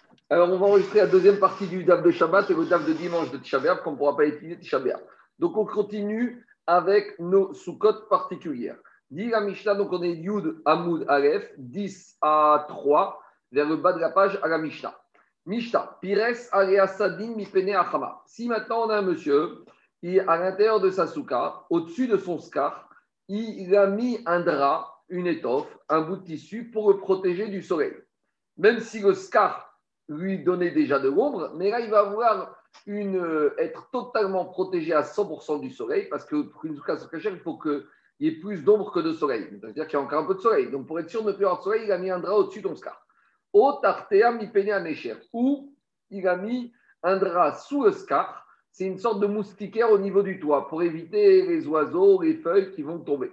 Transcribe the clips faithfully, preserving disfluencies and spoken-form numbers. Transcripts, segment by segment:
Alors, on va enregistrer la deuxième partie du D A F de Shabbat et le D A F de dimanche de Tisha B'Av, qu'on ne pourra pas étudier Tisha B'Av. Donc, on continue avec nos sous-cotes particulières. Dit la Mishnah, donc on est Yud Hamoud Aleph, dix à trois, vers le bas de la page à la Mishnah. Mishnah, Pires Alea Sadin Mipene Achama. Si maintenant on a un monsieur, qui à l'intérieur de sa souka, au-dessus de son scar, il a mis un drap, une étoffe, un bout de tissu pour le protéger du soleil. Même si le scar lui donnait déjà de l'ombre, mais là, il va avoir une, euh, être totalement protégé à cent pour cent du soleil, parce que pour une souka cachère, il faut qu'il y ait plus d'ombre que de soleil. C'est-à-dire qu'il y a encore un peu de soleil. Donc, pour être sûr de ne plus avoir de soleil, il a mis un drap au-dessus de ton scar. Au tartea mi pene anécher, où il a mis un drap sous le scar. C'est une sorte de moustiquaire au niveau du toit pour éviter les oiseaux, les feuilles qui vont tomber.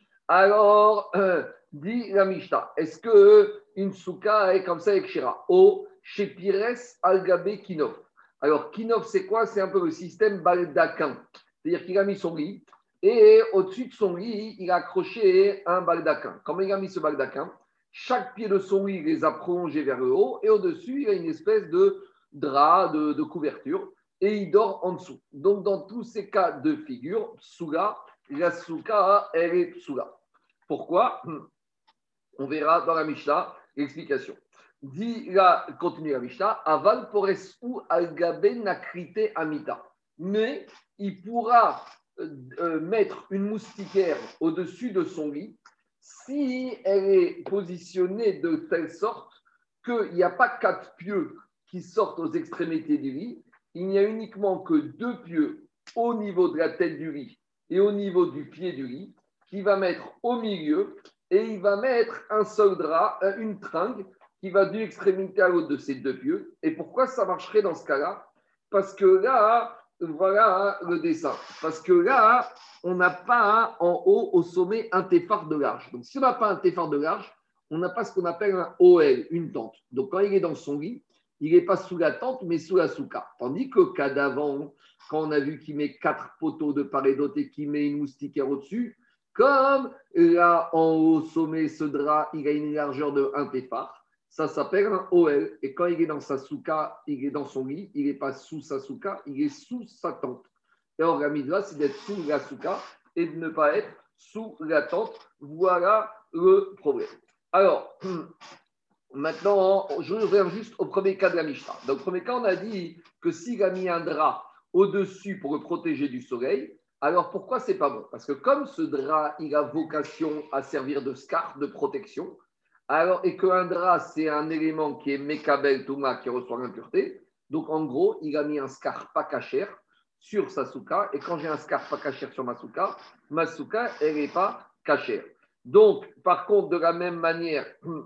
Alors, euh, dit la Mishnah, est-ce qu'une souka est comme ça avec Shira? O, chez Pires Algabe Kinov. Alors, Kinov, c'est quoi? C'est un peu le système baldaquin. C'est-à-dire qu'il a mis son lit et au-dessus de son lit, il a accroché un baldaquin. Comment il a mis ce baldaquin? Chaque pied de son lit, il les a prolongés vers le haut et au-dessus, il a une espèce de drap, de, de couverture et il dort en dessous. Donc, dans tous ces cas de figure, Psoula, la souka, elle est Psoula. Pourquoi? On verra dans la Mishnah l'explication. Dit là, continue la Mishnah, aval pores ou algabe nakrite amita. Mais il pourra euh, mettre une moustiquaire au-dessus de son lit si elle est positionnée de telle sorte qu'il n'y a pas quatre pieux qui sortent aux extrémités du lit, il n'y a uniquement que deux pieux au niveau de la tête du lit et au niveau du pied du lit, qui va mettre au milieu et il va mettre un seul drap, une tringle qui va d'une extrémité à l'autre de ces deux pieux. Et pourquoi ça marcherait dans ce cas-là? Parce que là, voilà le dessin. Parce que là, on n'a pas en haut, au sommet, un téphare de large. Donc, si on n'a pas un téphare de large, on n'a pas ce qu'on appelle un O L, une tente. Donc, quand il est dans son lit, il n'est pas sous la tente, mais sous la souka. Tandis que cas d'avant, quand on a vu qu'il met quatre poteaux de part et d'autre et qu'il met une moustiquaire au-dessus, comme là, en haut, au sommet, ce drap, il a une largeur de un téphare, ça s'appelle un O L. Et quand il est dans sa souka, il est dans son lit, il n'est pas sous sa souka, il est sous sa tente. Et alors, la mitzvah, c'est d'être sous la souka et de ne pas être sous la tente. Voilà le problème. Alors, maintenant, je reviens juste au premier cas de la Mishnah. Dans le premier cas, on a dit que s'il a mis un drap au-dessus pour le protéger du soleil, alors pourquoi c'est pas bon? Parce que comme ce drap, il a vocation à servir de scarf, de protection, alors, et qu'un drap, c'est un élément qui est Mekabel Touma, qui reçoit l'impureté, donc en gros, il a mis un scarf pas cachère sur sa souka, et quand j'ai un scarf pas cachère sur ma souka, ma souka, elle n'est pas cachère. Donc, par contre, de la même manière,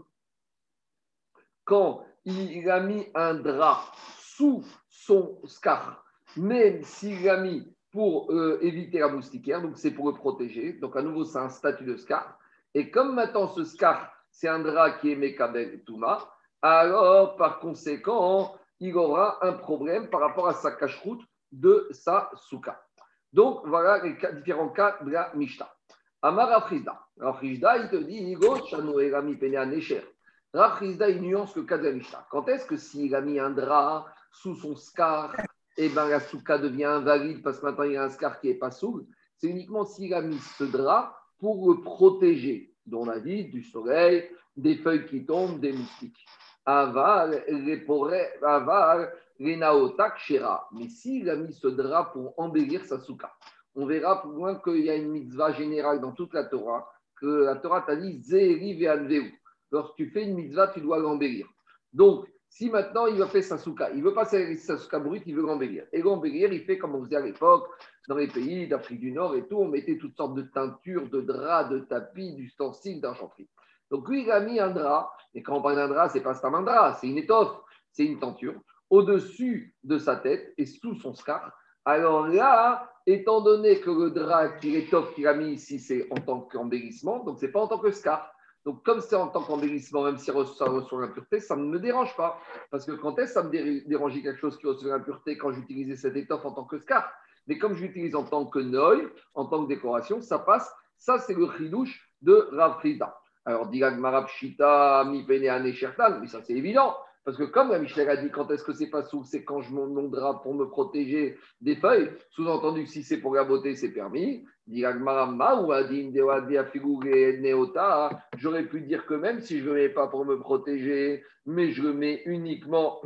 quand il a mis un drap sous son scarf, même s'il l'a mis pour euh, éviter la moustiquaire, donc c'est pour le protéger, donc à nouveau c'est un statut de scarf, et comme maintenant ce scarf, c'est un drap qui est Mekabel Touma, alors par conséquent, il aura un problème par rapport à sa cache-route de sa souka. Donc voilà les cas, différents cas de la Mishnah. Amar Rafrizda. Rafrizda, il te dit, Igo, Chano Erami Pena Necher. Rafrizda, il nuance le cas de la Mishnah. Quand est-ce que s'il a mis un drap sous son scar, eh ben, la souka devient invalide parce que maintenant il y a un scar qui n'est pas souple? C'est uniquement s'il a mis ce drap pour le protéger, dont la vie, du soleil, des feuilles qui tombent, des moustiques. Aval, aval, renaotak, shera. Mais s'il a mis ce drap pour embellir sa souka, on verra plus loin qu'il y a une mitzvah générale dans toute la Torah, que la Torah t'a dit Zeri ve'alveu. Lorsque tu fais une mitzvah, tu dois l'embellir. Donc, si maintenant il va faire sa souka, il ne veut pas faire sa souka brute, il veut l'embellir. Et l'embellir, il fait comme on faisait à l'époque, dans les pays d'Afrique du Nord et tout, on mettait toutes sortes de teintures, de draps, de tapis, d'ustensiles, d'argenterie. Donc lui, il a mis un drap, et quand on parle d'un drap, ce n'est pas un drap, c'est une étoffe, c'est une tenture, au-dessus de sa tête et sous son scarf. Alors là, étant donné que le drap, l'étoffe qu'il a mis ici, c'est en tant qu'embellissement, donc ce n'est pas en tant que scarf. Donc, comme c'est en tant qu'embellissement, même si ça reçoit l'impureté, ça ne me dérange pas. Parce que quand est-ce que ça me dérangeait quelque chose qui reçoit l'impureté quand j'utilisais cette étoffe en tant que scarf? Mais comme je l'utilise en tant que noy, en tant que décoration, ça passe. Ça, c'est le chidouche de Rav Frida. Alors, Dilag Marab Shita, Mi Pene Ane Shertan, mais ça, c'est évident. Parce que comme la Mishnah a dit, quand est-ce que c'est pas sous, c'est quand je monte mon drap pour me protéger des feuilles. Sous-entendu, si c'est pour la beauté, c'est permis. J'aurais pu dire que même si je ne le mets pas pour me protéger, mais je le mets uniquement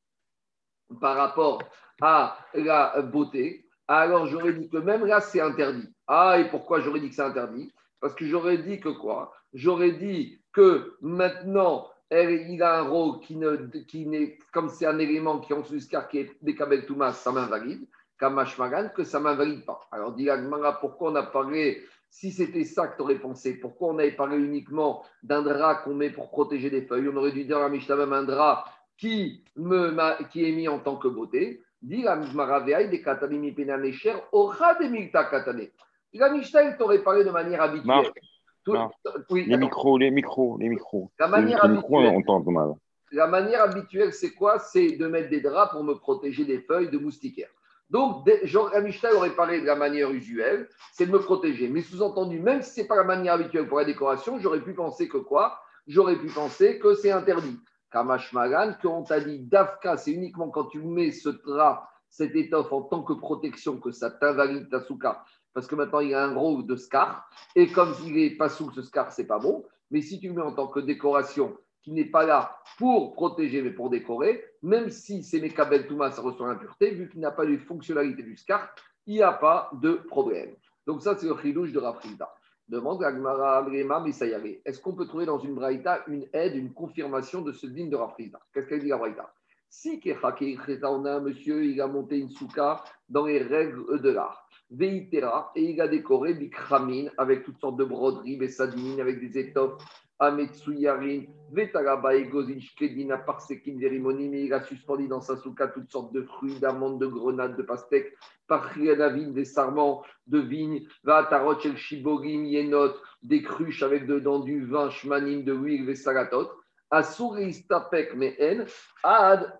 par rapport à la beauté, alors j'aurais dit que même là, c'est interdit. Ah, et pourquoi j'aurais dit que c'est interdit? Parce que j'aurais dit que quoi? J'aurais dit que maintenant, elle, il a un rôle qui, ne, qui n'est, comme c'est un élément qui est en dessous du scar, qui est des kabel toumas, ça m'invalide, kamashmagan, que ça ne m'invalide pas. Alors, dit Agmara, pourquoi on a parlé, si c'était ça que tu aurais pensé, pourquoi on avait parlé uniquement d'un drap qu'on met pour protéger des feuilles? On aurait dû dire à Mishnah même un drap qui, me, qui est mis en tant que beauté. Dit la Maravéaï des katanimi penanécher, aura des milta katane. La Mishnah, il t'aurait parlé de manière habituelle. Marc, Tout, Marc, oui, les attends. micros, les micros, les micros. La C'est juste manière les micros, habituelle, on entend mal. la manière habituelle, c'est quoi? C'est de mettre des draps pour me protéger des feuilles de moustiquaires. Donc, genre, la Mishnah aurait parlé de la manière usuelle, c'est de me protéger. Mais sous-entendu, même si ce n'est pas la manière habituelle pour la décoration, j'aurais pu penser que quoi? J'aurais pu penser que c'est interdit. Kamash Magan, qu'on t'a dit Dafka, c'est uniquement quand tu mets ce drap, cette étoffe en tant que protection que ça t'invalide ta souka. Parce que maintenant, il y a un rôle de scar. Et comme il n'est pas sous ce scar, c'est pas bon. Mais si tu le mets en tant que décoration, qui n'est pas là pour protéger, mais pour décorer, même si c'est Mekabel Touma, ça reçoit l'impureté, vu qu'il n'a pas les fonctionnalités du scar, il n'y a pas de problème. Donc ça, c'est le chidouche de Rafrida. Demande à Gmara Agrema Messayare. Est-ce qu'on peut trouver dans une braïta une aide, une confirmation de ce digne de Rafrida? Qu'est-ce qu'elle dit la braïta? Si on a un monsieur, il a monté une souka dans les règles de l'art. Veitera, et il a décoré Bikramine avec toutes sortes de broderies, Bessadine, avec des étoffes, Ametsuyarin, Vetaraba et Gozin Shkedina, Parsekin, Verimoni, mais il a suspendu dans sa souka toutes sortes de fruits, d'amandes, de grenades, de pastèques, Parchianavine, des sarments de vigne, Vatarot, El Shiborim, Yenot, des cruches avec dedans du vin, Shmanim, de l'huile, Vesalatot, Asuri-Istapek, Mehen, Ad,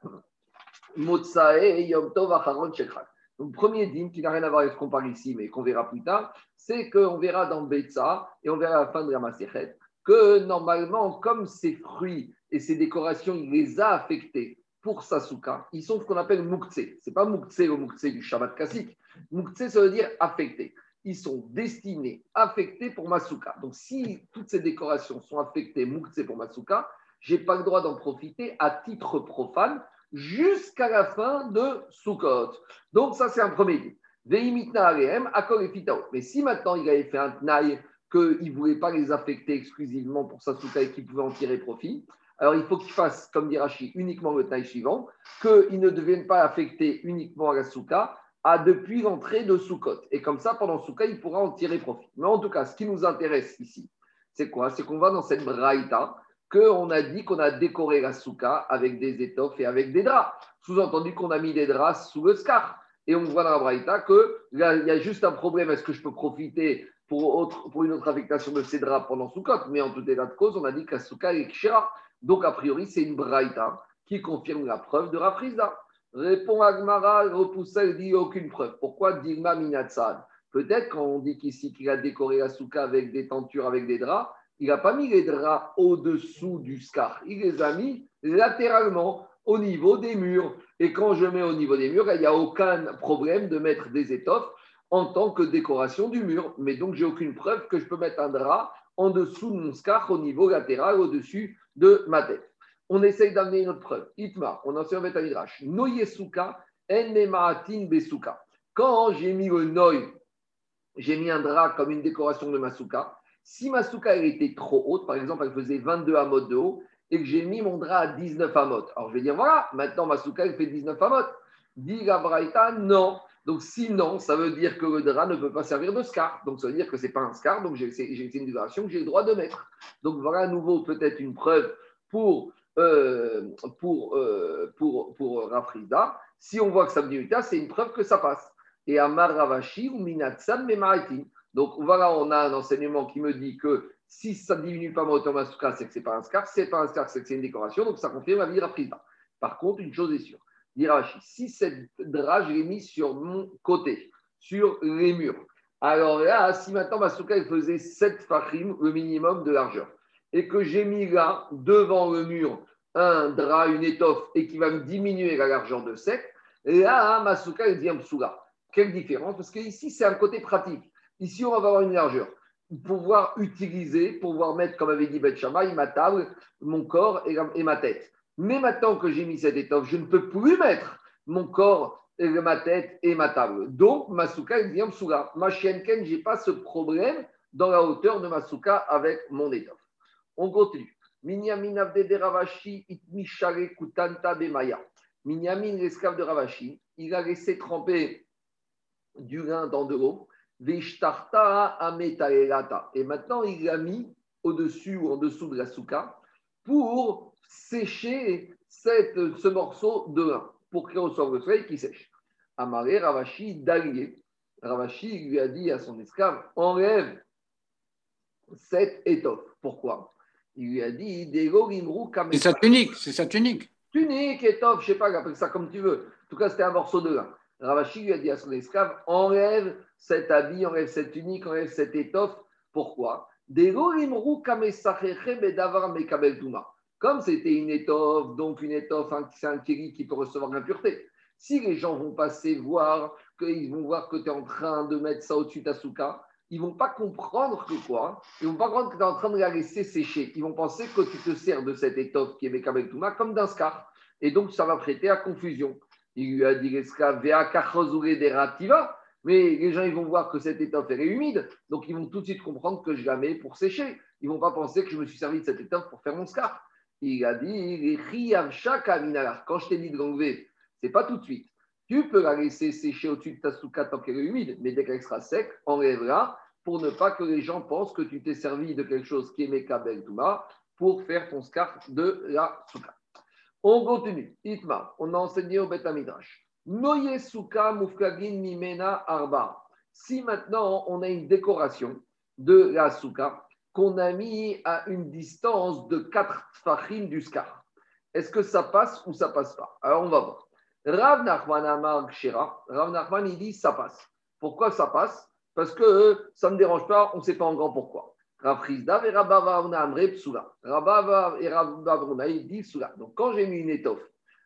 Motsae, Yom Tov, Acharon, Shekrak. Donc, premier dîme qui n'a rien à voir avec ce qu'on parle ici, mais qu'on verra plus tard, c'est qu'on verra dans Betsa, et on verra à la fin de la Maséchet, que normalement, comme ces fruits et ces décorations, il les a affectés pour sa souka, ils sont ce qu'on appelle mouktsé. Ce n'est pas mouktsé au mouktsé du Shabbat classique. Mouktsé, ça veut dire affecté. Ils sont destinés, affectés pour ma souka. Donc, si toutes ces décorations sont affectées, mouktsé pour ma souka, je n'ai pas le droit d'en profiter à titre profane jusqu'à la fin de Sukkot. Donc, ça, c'est un premier dit. Veimitna alehem, akol et fitao. Mais si maintenant il avait fait un tnaï qu'il ne voulait pas les affecter exclusivement pour sa souka et qu'il pouvait en tirer profit, alors il faut qu'il fasse, comme dit Rashi, uniquement le tnaï suivant, qu'il ne devienne pas affecté uniquement à la souka, à depuis l'entrée de Sukkot. Et comme ça, pendant Souka, il pourra en tirer profit. Mais en tout cas, ce qui nous intéresse ici, c'est quoi? C'est qu'on va dans cette braïta, qu'on a dit qu'on a décoré la souka avec des étoffes et avec des draps. Sous-entendu qu'on a mis des draps sous le scar. Et on voit dans la braïta qu'il y a juste un problème. Est-ce que je peux profiter pour, autre, pour une autre affectation de ces draps pendant Sukkot? Mais en tout état de cause, on a dit que la souka est kshera. Donc, a priori, c'est une braïta qui confirme la preuve de Rafrizda. Répond Agmara, repoussa, il dit aucune preuve. Pourquoi Dilma Minatsad? Peut-être quand on dit qu'ici qu'il a décoré la souka avec des tentures, avec des draps, il n'a pas mis les draps au-dessous du scar. Il les a mis latéralement au niveau des murs. Et quand je mets au niveau des murs, il n'y a aucun problème de mettre des étoffes en tant que décoration du mur. Mais donc, j'ai aucune preuve que je peux mettre un drap en dessous de mon scar au niveau latéral, au-dessus de ma tête. On essaye d'amener une autre preuve. Itma, on enseigne en Betamidrash. Noyesuka, en memaatin besuka. Quand j'ai mis le noy, j'ai mis un drap comme une décoration de ma souka. Si ma souka elle était trop haute, par exemple, elle faisait vingt-deux amot de haut, et que j'ai mis mon drap à dix-neuf amot. Alors je vais dire, voilà, maintenant ma souka elle fait dix-neuf amot. Dit la Braïta, non. Donc sinon, ça veut dire que le drap ne peut pas servir de scar. Donc ça veut dire que ce n'est pas un scar, donc j'ai, j'ai une décoration que j'ai le droit de mettre. Donc voilà à nouveau peut-être une preuve pour, euh, pour, euh, pour, pour Rafrida. Si on voit que ça me dit c'est une preuve que ça passe. Et Amar Ravashi ou Minatsam Memaritin. Donc voilà, on a un enseignement qui me dit que si ça ne diminue pas ma hauteur masuka, c'est que ce n'est pas un scar. Si ce n'est pas un scar, c'est que c'est une décoration. Donc ça confirme la vie de Rafrida. Par contre, une chose est sûre. Dit Ravashi, si cette drap, je l'ai mis sur mon côté, sur les murs. Alors là, si maintenant ma souka elle faisait sept fachim, le minimum de largeur, et que j'ai mis là, devant le mur, un drap, une étoffe, et qui va me diminuer la largeur de sec, là, ma souka, elle devient psoula. Quelle différence? Parce qu'ici, c'est un côté pratique. Ici, on va avoir une largeur. Pouvoir utiliser, pouvoir mettre, comme avait dit Beth Shammai, ma table, mon corps et, et ma tête. Mais maintenant que j'ai mis cette étoffe, je ne peux plus mettre mon corps, et ma tête et ma table. Donc, ma souka, elle devient psoula. Ma chienne Ken, je n'ai pas ce problème dans la hauteur de ma souka avec mon étoffe. On continue. Minyamin Avdede Ravashi, Itmishare Kutanta Bemaya. Minyamin, l'esclave de Ravashi, il a laissé tremper du lin dans de l'eau. Vishtarta Ametaelata. Et maintenant, il l'a mis au-dessus ou en dessous de la souka pour sécher cette, ce morceau de lin, pour qu'il reçoive le soleil qui sèche. Amaré Ravashi d'allier. Ravashi lui a dit à son esclave, enlève cette étoffe. Pourquoi? Il lui a dit, c'est sa tunique, c'est sa tunique. Tunique, étoffe, je ne sais pas, appelle ça comme tu veux. En tout cas, c'était un morceau de lin. Ravashi lui a dit à son esclave, enlève cet habit, enlève cette tunique, enlève cette étoffe. Pourquoi? Comme c'était une étoffe, donc une étoffe, c'est un kéli qui peut recevoir l'impureté. Si les gens vont passer voir, qu'ils vont voir que tu es en train de mettre ça au-dessus de ta souka, ils ne vont pas comprendre que quoi. Ils ne vont pas comprendre que tu es en train de la laisser sécher. Ils vont penser que tu te sers de cette étoffe qui est Mekabel Touma comme d'un scar. Et donc, ça va prêter à confusion. Il lui a dit l'esclave, mais les gens ils vont voir que cette étoffe est humide, donc ils vont tout de suite comprendre que je la mets pour sécher. Ils ne vont pas penser que je me suis servi de cette étoffe pour faire mon scar. Il a dit, quand je t'ai dit de l'enlever, ce n'est pas tout de suite. Tu peux la laisser sécher au-dessus de ta souka tant qu'elle est humide, mais dès qu'elle sera sec, enlève-la pour ne pas que les gens pensent que tu t'es servi de quelque chose qui est Mekabel Touma pour faire ton scar de la souka. On continue. Itma, on a enseigné au Beth Midrash. Noye souka mufkagin mimena arba. Si maintenant on a une décoration de la souka qu'on a mis à une distance de quatre tfachim du scar, est-ce que ça passe ou ça passe pas? Alors on va voir. Rav Nachman Amar Kshera, Rav Nachman il dit ça passe. Pourquoi ça passe? Parce que ça ne me dérange pas, on ne sait pas encore pourquoi. Rav Chizda et Rabba Varuna Amre Psula. Rabba et Rabba Varuna il dit Psula. Donc quand j'ai mis une étoffe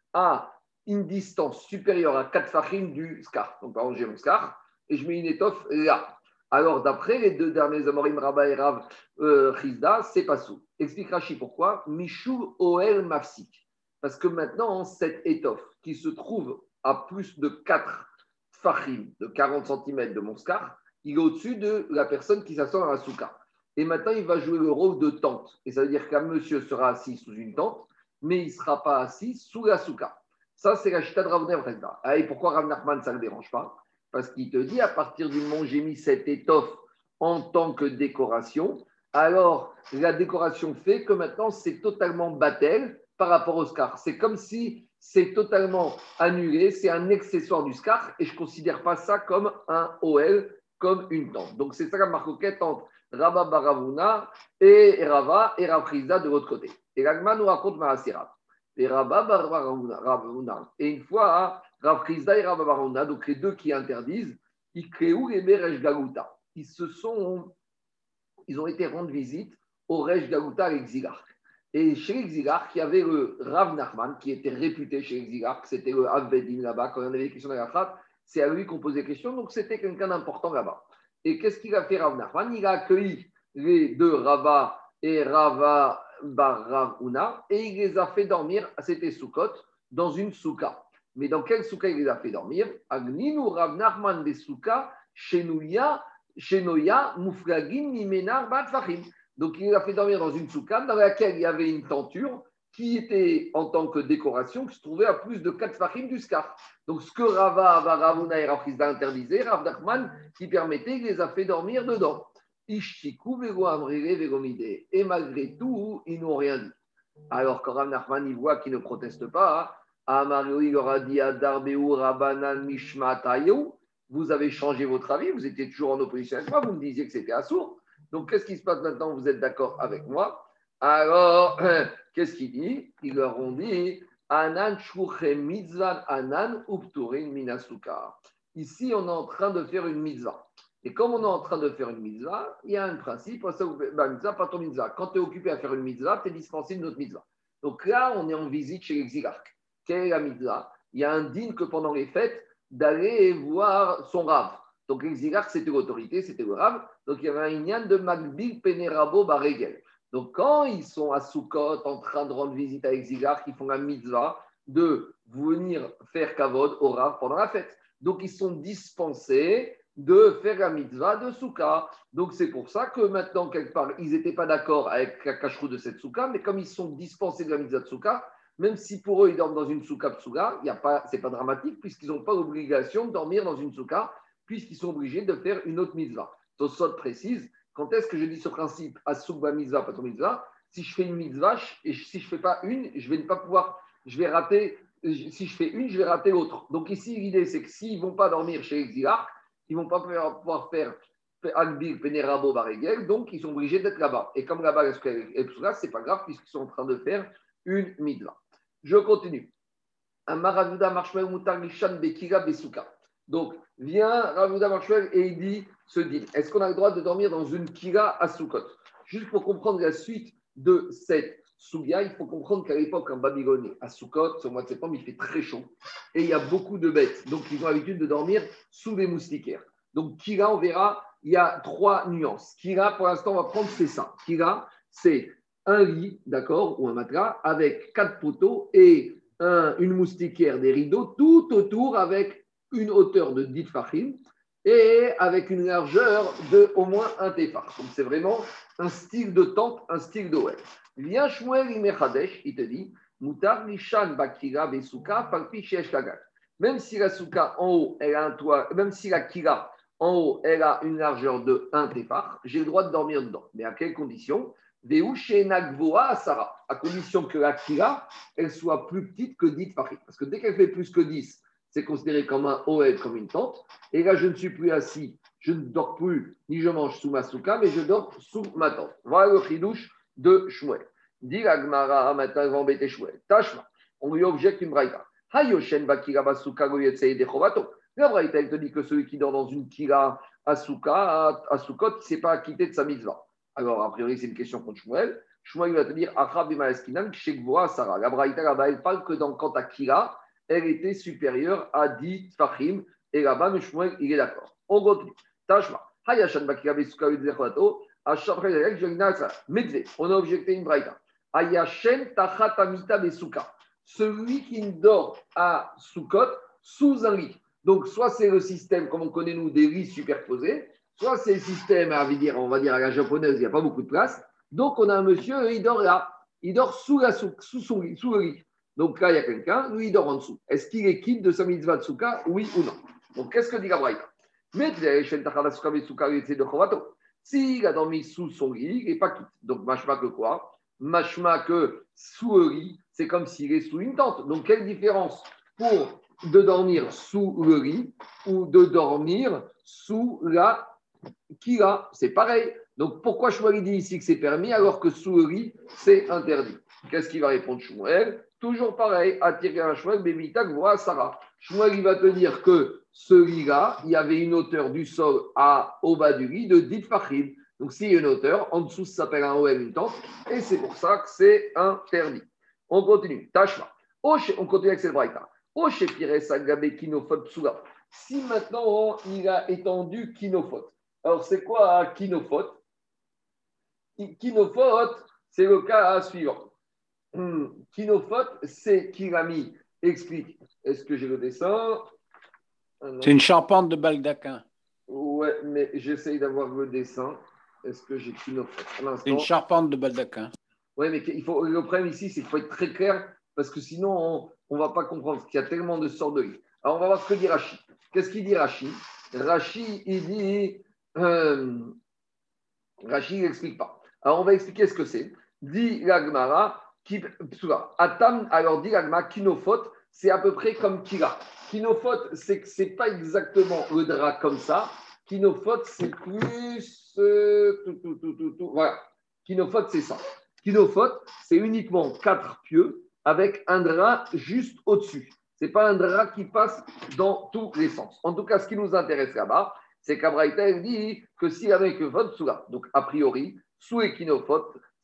à une distance supérieure à quatre fachim du scar, donc par exemple j'ai mon scar et je mets une étoffe là. Alors d'après les deux derniers amorim, Rabba et Rav euh, Chizda, c'est pas sous. Explique Rashi pourquoi. Mishou Oel Mafsik. Parce que maintenant, cette étoffe qui se trouve à plus de quatre fachim, de quarante centimètres de mon scar, il est au-dessus de la personne qui s'assoit dans la souka. Et maintenant, il va jouer le rôle de tente. Et ça veut dire qu'un monsieur sera assis sous une tente, mais il ne sera pas assis sous la souka. Ça, c'est la chita de Rav Nachman. Et pourquoi Rav Nachman, ça ne le dérange pas? Parce qu'il te dit, à partir du moment où j'ai mis cette étoffe en tant que décoration, alors la décoration fait que maintenant, c'est totalement battel par rapport au scar. C'est comme si c'est totalement annulé, c'est un accessoire du scar, et je ne considère pas ça comme un O L, comme une tente. Donc, c'est ça la marcoquette entre Rabba Baravuna et Rava et Rav Chizda de l'autre côté. Et l'Agma nous raconte Maasera. Et Rabba Baravuna. Et une fois, Rav Chizda et Rabba Baravuna, donc les deux qui interdisent, ils créent les Beresh Galuta. Ils se sont, ils ont été rendre visite au Resh Galuta à l'exilarque. Et chez l'exilarque, il y avait le Rav Nachman qui était réputé chez l'exilarque, c'était le Avvedin là-bas, quand on avait des questions dans la frappe, c'est à lui qu'on posait des questions, donc c'était quelqu'un d'important là-bas. Et qu'est-ce qu'il a fait Rav Nachman? Il a accueilli les deux Rava et Rava Baravuna et il les a fait dormir, c'était Sukkot, dans une souka. Mais dans quelle souka il les a fait dormir? Agninu Rav Nachman des souka, Shenoya, Shenoya, Muflagin, Mimenar, Batfachim. Donc il les a fait dormir dans une souka dans laquelle il y avait une tenture qui était en tant que décoration, qui se trouvait à plus de quatre fachim du scar. Donc ce que Rava, Baravuna et Rav Chizda interdisaient, Rav Nachman qui permettait, il les a fait dormir dedans. Ishtiku vego amrele vegomide. Et malgré tout, ils n'ont rien dit. Alors quand Rav Nachman il voit qu'ils ne protestent pas, Amario il leur a dit Adarbeu Rabanan Mishmatayu, vous avez changé votre avis, vous étiez toujours en opposition avec moi, vous me disiez que c'était assourd. Donc qu'est-ce qui se passe maintenant? Vous êtes d'accord avec moi? Alors, qu'est-ce qu'il dit? Ils leur ont dit Anan shruchem mitzvan anan upturin minasuka. Ici, on est en train de faire une mitzvah. Et comme on est en train de faire une mitzvah, il y a un principe, bah, mitzvah, pas ton mitzvah. Quand tu es occupé à faire une mitzvah, tu es dispensé de notre mitzvah. Donc là, on est en visite chez l'exilarque. Quelle est la mitzvah? Il y a un digne que pendant les fêtes, d'aller voir son rave. Donc l'exilarque, c'était l'autorité, c'était le rave. Donc il y avait un inyan de Magbil Penerabo Baregel. Donc quand ils sont à Sukkot en train de rendre visite à l'exilarque, ils font la mitzvah de venir faire kavod au rave pendant la fête. Donc ils sont dispensés de faire la mitzvah de Souka. Donc c'est pour ça que maintenant, quelque part, ils n'étaient pas d'accord avec la cacheroute de cette Souka, mais comme ils sont dispensés de la mitzvah de Souka, même si pour eux, ils dorment dans une souka psuga, ce n'est pas dramatique, puisqu'ils n'ont pas l'obligation de dormir dans une souka, puisqu'ils sont obligés de faire une autre mitzvah. Tosot précise, quand est-ce que je dis ce principe, asukba mitzvah, pas ton mitzvah, si je fais une mitzvah, et si je ne fais pas une, je vais ne pas pouvoir, je vais rater, si je fais une, je vais rater l'autre. Donc ici, l'idée, c'est que s'ils ne vont pas dormir chez l'exilarque, ils ne vont pas pouvoir faire Albil, Penerabo, Baregel, donc ils sont obligés d'être là-bas. Et comme là-bas, ce n'est pas grave, puisqu'ils sont en train de faire une mitzvah. Je continue. Donc, vient Ravouda Marshwell et il dit ce dit est-ce qu'on a le droit de dormir dans une kira à Sukkot? Juste pour comprendre la suite de cette souga, il faut comprendre qu'à l'époque en Babylone, à Sukkot, au mois de septembre, il fait très chaud et il y a beaucoup de bêtes. Donc, ils ont l'habitude de dormir sous des moustiquaires. Donc, kira, on verra, il y a trois nuances. Kira, pour l'instant, on va prendre, c'est ça. Kira, c'est un lit, d'accord, ou un matelas, avec quatre poteaux et un, une moustiquaire, des rideaux, tout autour avec une hauteur de dix fachim et avec une largeur de au moins un téfar. Donc c'est vraiment un style de tente, un style d'O L. Viens Shmuel Imechadesh, il te dit, Mutar Lishan Bakira Besuka, Falpi Shesh Kagat. Même si la souka en haut, elle a un toit, même si la kira en haut, elle a une largeur de un téfar, j'ai le droit de dormir dedans. Mais à quelles conditions? À condition que la kira, elle soit plus petite que dix fachim. Parce que dès qu'elle fait plus que dix, c'est considéré comme un O L, comme une tente. Et là, je ne suis plus assis, je ne dors plus, ni je mange sous ma souka, mais je dors sous ma tente. Voilà le chidouche de Shmuel. Dit la Gemara, maintenant, elle va embêter Shmuel. Tashma, on lui objecte une braïta. Hayoshen bakira basuka goyetsei dechovato. La braïta, elle te dit que celui qui dort dans une kira à souka, à Soukot, il ne s'est pas acquitté de sa mitzvah. Alors, a priori, c'est une question contre Shmuel. Shmuel va te dire Achab b'maeskinan kshegvoa Sarah. La braïta là-bas, elle parle que dans quand ta kira, elle était supérieure à dix tfachim. Et là-bas, le Shmuel, il est d'accord. On continue. Tashma. Hayashan bakira besuka goyetsei on a objecté une braïta. Hayashen tachatamita besuka. Celui qui dort à Soukot sous un lit. Donc, soit c'est le système, comme on connaît nous, des lits superposés, soit c'est le système, on va dire, on va dire à la japonaise, il n'y a pas beaucoup de place. Donc, on a un monsieur, il dort là. Il dort sous, la, sous, son lit, sous le lit. Donc là, il y a quelqu'un, lui, il dort en dessous. Est-ce qu'il est quitte de sa mitzvah de souka, oui ou non? Donc, qu'est-ce que dit la braïta? S'il a dormi sous son lit, il n'est pas quitte. Donc, machma que quoi? Machma que sous le lit, c'est comme s'il est sous une tente. Donc, quelle différence pour de dormir sous le lit ou de dormir sous la kira? C'est pareil. Donc, pourquoi Shmuel dit ici que c'est permis alors que sous le lit, c'est interdit? Qu'est-ce qu'il va répondre Shmuel? Toujours pareil, attirer un Shmuel, Bémitak, voit Sarah. Shmuel, il va te dire que ce lit-là, il y avait une hauteur du sol à, au bas du lit de dix fachim. Donc, s'il y a une hauteur, en dessous, ça s'appelle un O M, une tente, et c'est pour ça que c'est interdit. On continue. Tashma. On continue avec cette braïta. Si maintenant, il a étendu kinofot. Alors, c'est quoi un kinofot? Kinofot, c'est le cas suivant. Hmm. Kinofot, c'est Kirami. Explique. Est-ce que j'ai le dessin? C'est une charpente de baldaquin. Ouais, mais j'essaye d'avoir le dessin. Est-ce que j'ai Kinofot? C'est une charpente de baldaquin. Oui, mais il faut, le problème ici, c'est qu'il faut être très clair parce que sinon, on ne va pas comprendre parce qu'il y a tellement de sortes de lits. Alors, on va voir ce que dit Rashi. Qu'est-ce qu'il dit Rashi? Rashi, il dit. Euh, Rashi, il n'explique pas. Alors, on va expliquer ce que c'est. Dit l'Agmara, Atam, alors dit l'Agmara, Kinofot, c'est à peu près comme Kira. Kinofot, c'est que ce n'est pas exactement le drap comme ça. Kinofot, c'est plus. Euh, tout, tout, tout, tout, tout. Voilà. Kinofot, c'est ça. Kinofot, c'est uniquement quatre pieux avec un drap juste au-dessus. Ce n'est pas un drap qui passe dans tous les sens. En tout cas, ce qui nous intéresse là-bas, c'est qu'Abraïta dit que s'il y avait que votre sous là, donc a priori, sous les kinofot,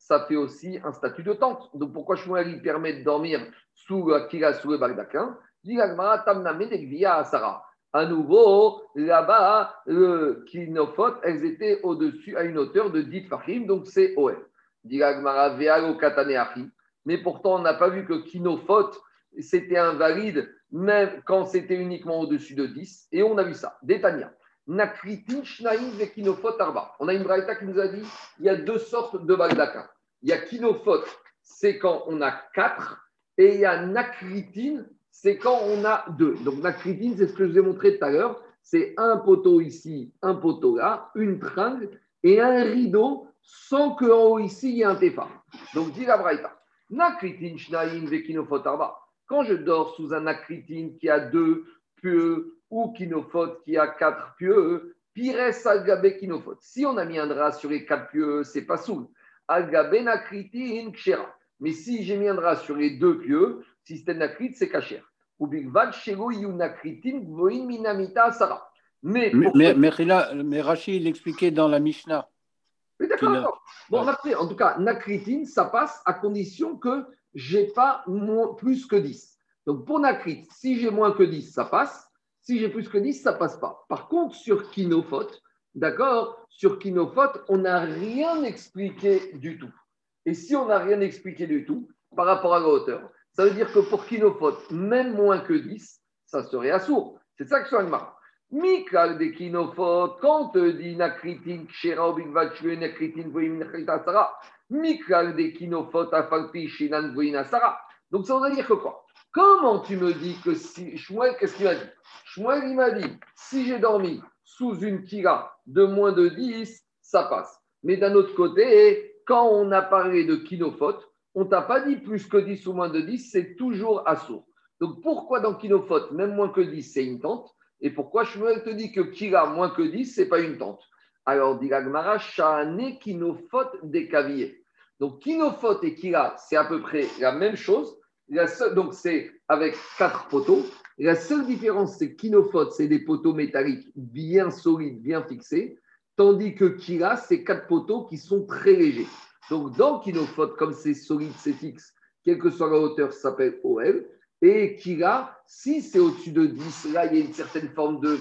ça fait aussi un statut de tente. Donc pourquoi Shmuel il permet de dormir sous la kira, sous le baldaquin? Dit l'Agmara, Tamname Degvia Asara. À nouveau, là-bas, le kinofot, elles étaient au-dessus à une hauteur de dix fachim, donc c'est Oel. Dit l'Agmara, Vealo Kataneachi. Mais pourtant, on n'a pas vu que kinofot, c'était invalide, même quand c'était uniquement au-dessus de dix. Et on a vu ça. Détania. Nakritin Shnaim ve kinofot arba. On a une braïta qui nous a dit il y a deux sortes de baldaquin. Il y a kinofot, c'est quand on a quatre, et il y a nakritin, c'est quand on a deux. Donc nakritin, c'est ce que je vous ai montré tout à l'heure. C'est un poteau ici, un poteau là, une tringle et un rideau sans qu'en haut ici, il y ait un tefa. Donc dit la braïta. Nakritin Shnaim ve kinofot arba. Quand je dors sous un nakritin qui a deux pieux ou kinofot qui a quatre pieux, pires algabe kinofot. Si on a mis un drap sur les quatre pieux, c'est pas soul. Algabe nakritin kshera. Mais si j'ai mis un drap sur les deux pieux, si c'était nakrit, c'est kacher. Ou bigvad shelo yu nakritin gvoin minamita asara. Mais, Mais, mais, mais, là, mais Rachid, il expliquait dans la Mishnah. Oui, d'accord, d'accord. Bon, après, en tout cas, nakritin, ça passe à condition que je n'ai pas moins, plus que dix. Donc, pour nakrit, si j'ai moins que dix, ça passe. Si j'ai plus que dix, ça ne passe pas. Par contre, sur kinofot, d'accord, sur kinofot, on n'a rien expliqué du tout. Et si on n'a rien expliqué du tout par rapport à la hauteur, ça veut dire que pour kinofot, même moins que dix, ça serait assourd. C'est ça que je suis en marre. Mikal de kinofot, quand on te dit nakritin, kshera, obigvatchue, nakritin, voïm, nakrita, sara, Mikal de kinofot, afalpi, shinan, voïna, sara. Donc ça veut dire que quoi? Comment tu me dis que si. Shmuel, qu'est-ce qu'il m'a dit? Shmuel, il m'a dit si j'ai dormi sous une kira de moins de dix, ça passe. Mais d'un autre côté, quand on a parlé de kinofot, on ne t'a pas dit plus que dix ou moins de dix, c'est toujours assourd. Donc pourquoi dans kinofot, même moins que dix, c'est une tente? Et pourquoi Shmuel te dit que kira moins que dix, ce n'est pas une tente? Alors, dit l'Agmara, shane kinofot des caviers. Donc kinofot et kira, c'est à peu près la même chose. La seule, donc, c'est avec quatre poteaux. La seule différence, c'est que kinofot, c'est des poteaux métalliques bien solides, bien fixés, tandis que kira, c'est quatre poteaux qui sont très légers. Donc, dans kinofot, comme c'est solide, c'est fixe, quelle que soit la hauteur, ça s'appelle O L. Et kira, si c'est au-dessus de dix, là, il y a une certaine forme de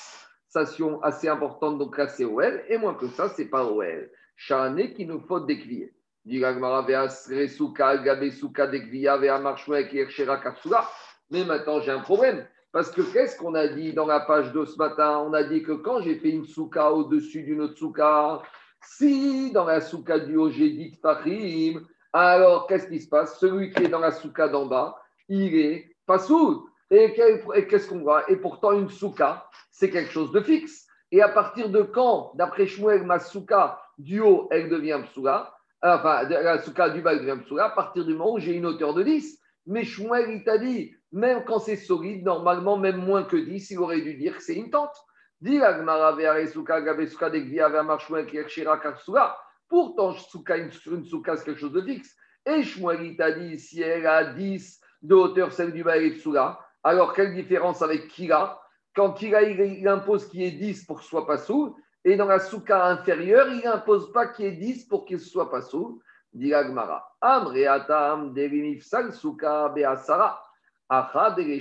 fixation assez importante, donc là, c'est O L. Et moins que ça, c'est pas O L. Shane kinofot des criers. Mais maintenant, j'ai un problème. Parce que qu'est-ce qu'on a dit dans la page de ce matin? On a dit que quand j'ai fait une souka au-dessus d'une autre souka, si dans la souka du haut, j'ai dit Tfachim, alors qu'est-ce qui se passe? Celui qui est dans la souka d'en bas, il est pas sourd. Et qu'est-ce qu'on voit? Et pourtant, une souka, c'est quelque chose de fixe. Et à partir de quand, d'après Shmuel, ma souka du haut, elle devient psoula? Enfin, la souka du bas devient psoula à partir du moment où j'ai une hauteur de dix. Mais Shmuel, il t'a dit, même quand c'est solide, normalement, même moins que dix, il aurait dû dire que c'est une tente. Dis pourtant, souka, une, une souka, c'est quelque chose de fixe. Et Shmuel, il t'a dit, si elle a dix de hauteur, celle du bas est psoula, alors quelle différence avec Kira? Quand Kira, il, il impose qu'il y ait dix pour que ce soit pas sourd, et dans la souka inférieure, il n'impose pas qu'il y ait dix pour qu'il ne soit pas sourd. Dit l'Agmara. Amreatam derimifsal souka beasara. Il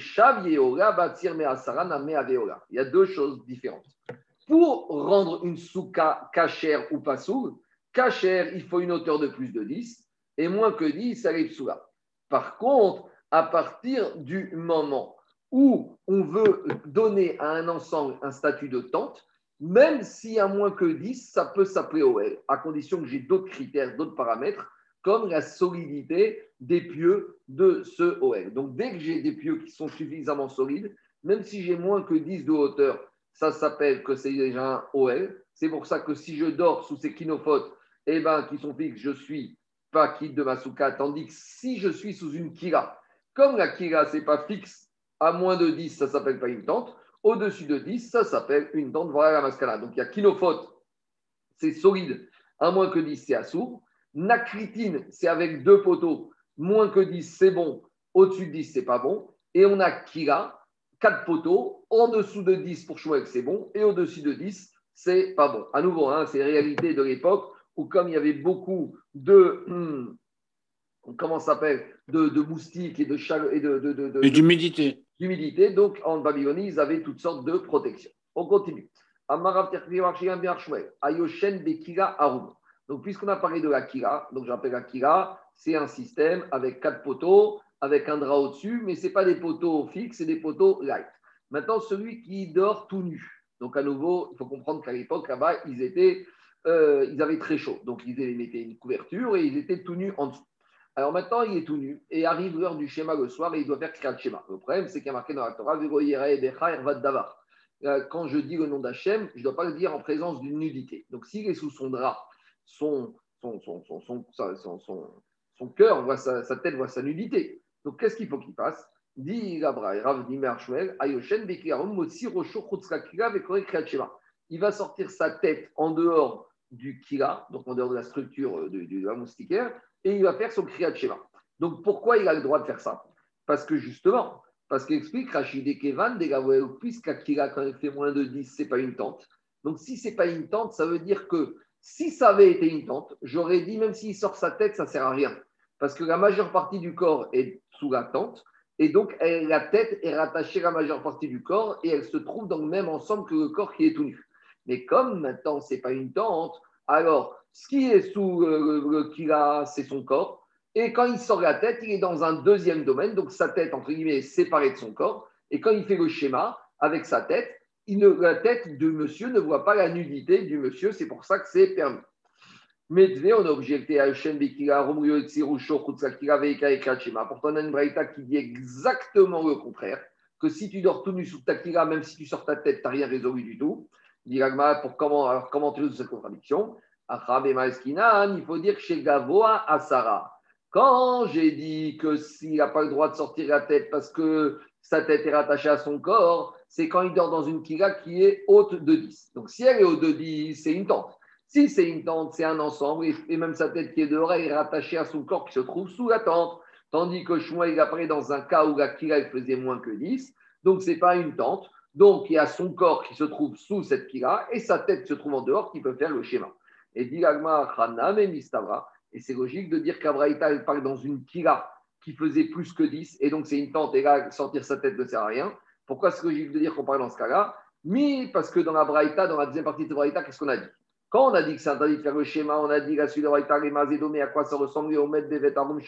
y a deux choses différentes. Pour rendre une souka cachère ou pas sourd, cachère, il faut une hauteur de plus de dix, et moins que dix, ça arrive sous là. Par contre, à partir du moment où on veut donner à un ensemble un statut de tente, même s'il y a moins que dix, ça peut s'appeler O L, à condition que j'ai d'autres critères, d'autres paramètres, comme la solidité des pieux de ce O L. Donc, dès que j'ai des pieux qui sont suffisamment solides, même si j'ai moins que dix de hauteur, ça s'appelle que c'est déjà un O L. C'est pour ça que si je dors sous ces kinophotes, eh ben, qui sont fixes, je suis pas quitte de ma souka, tandis que si je suis sous une kira, comme la kira, c'est pas fixe, à moins de dix, ça s'appelle pas une tente. Au-dessus de dix, ça s'appelle une tente. Voilà la mascala. Donc, il y a kinophote, c'est solide. À moins que dix, c'est assourd. Nakritine, c'est avec deux poteaux. Moins que dix, c'est bon. Au-dessus de dix, c'est pas bon. Et on a kira, quatre poteaux. En dessous de dix, pour Shmuel, c'est bon. Et au-dessus de dix, c'est pas bon. À nouveau, hein, c'est la réalité de l'époque ou comme il y avait beaucoup de, hum, comment ça s'appelle, de, de moustiques et de chaleur et de, de, de, de, Et de d'humidité. d'humidité, donc en Babylonie, ils avaient toutes sortes de protections. On continue. Amarav Terkli Marchian Bien Shmuel, Ayoshen Bekira Arum. Donc, puisqu'on a parlé de la kira, donc j'appelle la kira, c'est un système avec quatre poteaux, avec un drap au-dessus, mais ce n'est pas des poteaux fixes, c'est des poteaux light. Maintenant, celui qui dort tout nu. Donc, à nouveau, il faut comprendre qu'à l'époque, là-bas, ils, étaient, euh, ils avaient très chaud. Donc, ils mettaient une couverture et ils étaient tout nus en dessous. Alors maintenant, il est tout nu et arrive l'heure du schéma le soir et il doit faire Kriyat Shema. Le problème, c'est qu'il y a marqué dans la Torah, quand je dis le nom d'Hachem, je ne dois pas le dire en présence d'une nudité. Donc, s'il est sous son drap, son, son, son, son, son, son, son, son cœur voit sa, sa tête voit sa nudité. Donc, qu'est-ce qu'il faut qu'il fasse? Dit Rav Dimer Shmuel, Ayoshen Bekiarum Motsi Rosho Chutzka Kila Vekore Kriyat Shema. Il va sortir sa tête en dehors du Kila, donc en dehors de la structure de, de la moustiquaire, et il va faire son Kriyat Shema. Donc, pourquoi il a le droit de faire ça? Parce que justement, parce qu'il explique Rachid et Kevan, puisqu'Akira, quand il fait moins de dix, ce n'est pas une tente. Donc, si ce n'est pas une tente, ça veut dire que si ça avait été une tente, j'aurais dit, même s'il sort sa tête, ça ne sert à rien. Parce que la majeure partie du corps est sous la tente, et donc elle, la tête est rattachée à la majeure partie du corps, et elle se trouve dans le même ensemble que le corps qui est tout nu. Mais comme maintenant, ce n'est pas une tente, alors, ce qui est sous le, le, le Kila, c'est son corps. Et quand il sort la tête, il est dans un deuxième domaine, donc sa tête, entre guillemets, est séparée de son corps. Et quand il fait le schéma avec sa tête, il ne, la tête du monsieur ne voit pas la nudité du monsieur, c'est pour ça que c'est permis. Mais on a objecté à Hachem Bekila, Romrio et Tsiroucho, Kutsakila, Veika et Krachema. Pourtant, on a une braïta qui dit exactement le contraire, que si tu dors tout nu sous ta kila, même si tu sors ta tête, tu n'as rien résolu du tout. Diragma, pour comment, alors, comment tu résous cette contradiction? Achab et Maeskinan, il faut dire que chez Gavoa, Asara. Quand j'ai dit que s'il n'a pas le droit de sortir la tête parce que sa tête est rattachée à son corps, c'est quand il dort dans une kila qui est haute de dix. Donc, si elle est haute de dix, c'est une tente. Si c'est une tente, c'est un ensemble, et même sa tête qui est dehors, elle est rattachée à son corps qui se trouve sous la tente. Tandis que Shmuel, il apparaît dans un cas où la kila elle faisait moins que dix, donc ce n'est pas une tente. Donc, il y a son corps qui se trouve sous cette kila, et sa tête se trouve en dehors qui peut faire le schéma. Et dit Agma Hanam et Mistavra. Et c'est logique de dire qu'Abraïta, elle parle dans une kila qui faisait plus que dix, et donc c'est une tente, et là, sortir sa tête ne sert à rien. Pourquoi c'est logique de dire qu'on parle dans ce cas-là? Mais parce que dans la Braïta, dans la deuxième partie de Braïta, qu'est-ce qu'on a dit? Quand on a dit que c'est interdit de faire le schéma, on a dit la suite de Braïta, les mazédomés, à quoi ça ressemble, au maître des vêtements,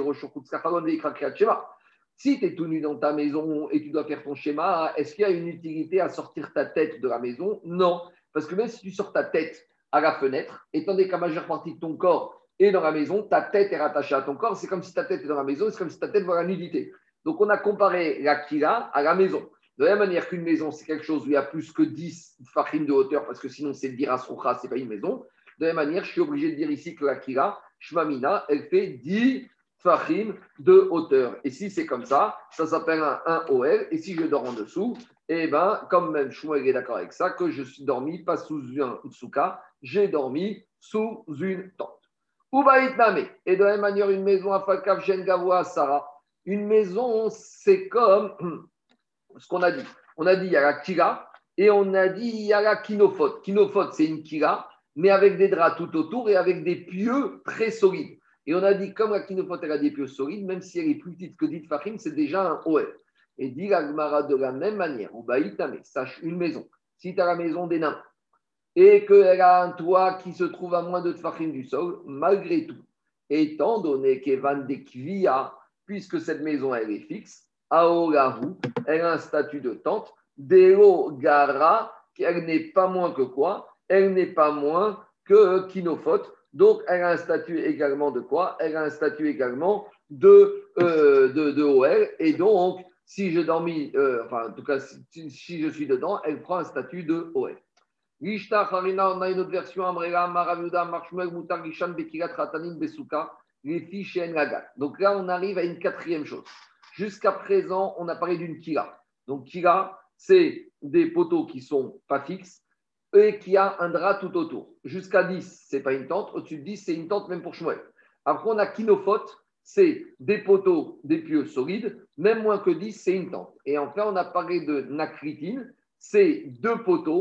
schéma. Si tu es tout nu dans ta maison et tu dois faire ton schéma, est-ce qu'il y a une utilité à sortir ta tête de la maison? Non. Parce que même si tu sors ta tête à la fenêtre, étant donné que la majeure partie de ton corps est dans la maison, ta tête est rattachée à ton corps, c'est comme si ta tête est dans la maison, c'est comme si ta tête voit la nudité. Donc on a comparé la kila à la maison. De la même manière qu'une maison, c'est quelque chose où il y a plus que dix fachim de hauteur, parce que sinon c'est le diras rocha, ce n'est pas une maison. De la même manière, je suis obligé de dire ici que la kila, shmamina, elle fait dix fachim de hauteur. Et si c'est comme ça, ça s'appelle un, un O L. Et si je dors en dessous, eh bien, comme même Shmuel est d'accord avec ça, que je suis dormi pas sous un souka, j'ai dormi sous une tente. Ubaïtname. Et de la même manière, une maison à Falkav, Gavoa, Sarah. Une maison, c'est comme ce qu'on a dit. On a dit il y a la kila et on a dit il y a la kinophote. Kinophote, c'est une kila, mais avec des draps tout autour et avec des pieux très solides. Et on a dit, comme la kinophote, elle a des pieux solides, même si elle est plus petite que dit Fahim, c'est déjà un O L. Et dit la Gemara de la même manière, ou Baïtame, sache une maison. Si tu as la maison des nains et qu'elle a un toit qui se trouve à moins de Tfachim du sol, malgré tout, étant donné qu'Evan de Kvia, puisque cette maison elle est fixe, Aolahu, elle a un statut de tente, Deo Gara, elle n'est pas moins que quoi? Elle n'est pas moins que Kinophote. Donc, elle a un statut également de quoi? Elle a un statut également de, euh, de, de O L. Et donc, si je dormis, euh, enfin, en tout cas, si, si je suis dedans, elle prend un statut de O L. Lishta Harina, on a une autre version, Amrela, Maraviuda, Marshmuel, Moutar, Gishan, Bekirat, Ratanin, Besuka, les fiches et Lagat. Donc là, on arrive à une quatrième chose. Jusqu'à présent, on a parlé d'une kila. Donc, kila, c'est des poteaux qui ne sont pas fixes et qui a un drap tout autour. Jusqu'à dix, ce n'est pas une tente. Au-dessus de dix, c'est une tente même pour Shmuel. Après, on a kinophote, c'est des poteaux, des pieux solides. Même moins que dix, c'est une tente. Et enfin, on a parlé de nakritine, c'est deux poteaux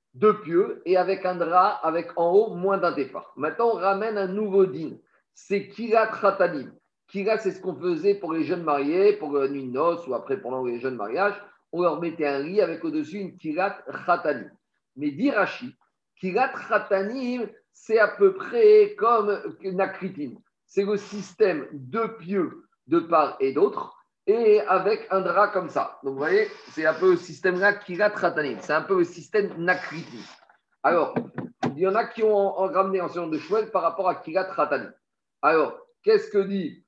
deux pieux et avec un drap avec en haut moins d'un téphar. Maintenant, on ramène un nouveau din. C'est kirat khatanim. Kirat, c'est ce qu'on faisait pour les jeunes mariés, pour la nuit de noces ou après pendant les jeunes mariages. On leur mettait un lit avec au-dessus une kirat khatanim. Mais dit Rashi, kirat khatanim, c'est à peu près comme nakritin. C'est le système de pieux de part et d'autre et avec un drap comme ça. Donc, vous voyez, c'est un peu le système-là, Kirat Ratanim. C'est un peu le système Nakriti. Alors, il y en a qui ont en, en ramené en de Shmuel par rapport à Kirat Ratanim. Alors, qu'est-ce que dit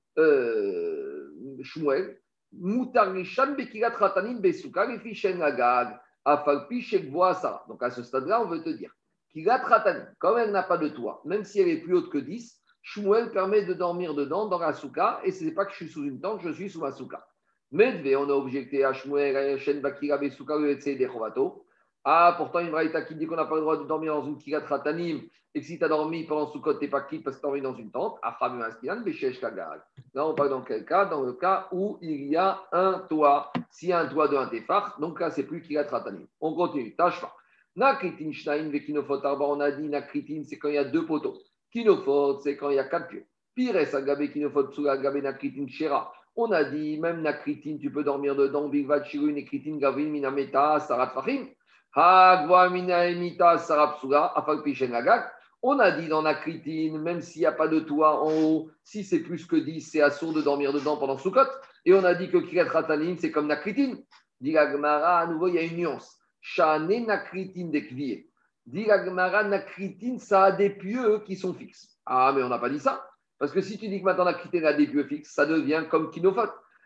euh, Shmuel Moutar Rishan Bekirat Ratanim Besuka Refishen Lagag Afalpi Shekvoasa. Donc, à ce stade-là, on veut te dire Kirat Ratanim, comme elle n'a pas de toit, même si elle est plus haute que dix, Shmuel permet de dormir dedans dans la souka, et ce n'est pas que je suis sous une tente, je suis sous ma souka. Mais on a objecté à Shmuel, à Shen Bakira, Besouka, le Etse, Dechovato. Ah, pourtant, une braïta qui dit qu'on n'a pas le droit de dormir dans une kirat ratanim, et que si tu as dormi pendant Soukot, tu n'es pas quitte parce que tu as dormi dans une tente. Afram Askinan, Beshesh Kagag. Là, on parle dans quel cas? Dans le cas où il y a un toit. S'il y a un toit de un tefar, donc là, c'est plus kirat ratanim. On continue. Tâche pas. Nakritin Shnaim, Vekinofot Arba, on a dit Nakritin, c'est quand il y a deux poteaux. Kinofot, c'est quand il y a quatre pieux. Pires, Agabe, Kinofot, Psula, Agabe, Nakritin, Shera. On a dit, même Nakritin, tu peux dormir dedans, Bigvat, Shirun, Nekritin, Gavin, Minameta, Sarat Fahim, Hagva, Minaemita, Sarat Psula, Afal Pishen Agak. On a dit dans Nakritin, même s'il n'y a pas de toit en haut, si c'est plus que dix, c'est assourd de dormir dedans pendant Soukot. Et on a dit que Kirat Ratanim, c'est comme Nakritin. Dit Gmara, à nouveau, il y a une nuance. Shane Nakritin d'Ekvier. Dit Gmara, Nakritin, ça a des pieux qui sont fixes. Ah, mais on n'a pas dit ça. Parce que si tu dis que maintenant la critère a des pieux fixes, ça devient comme kinofot.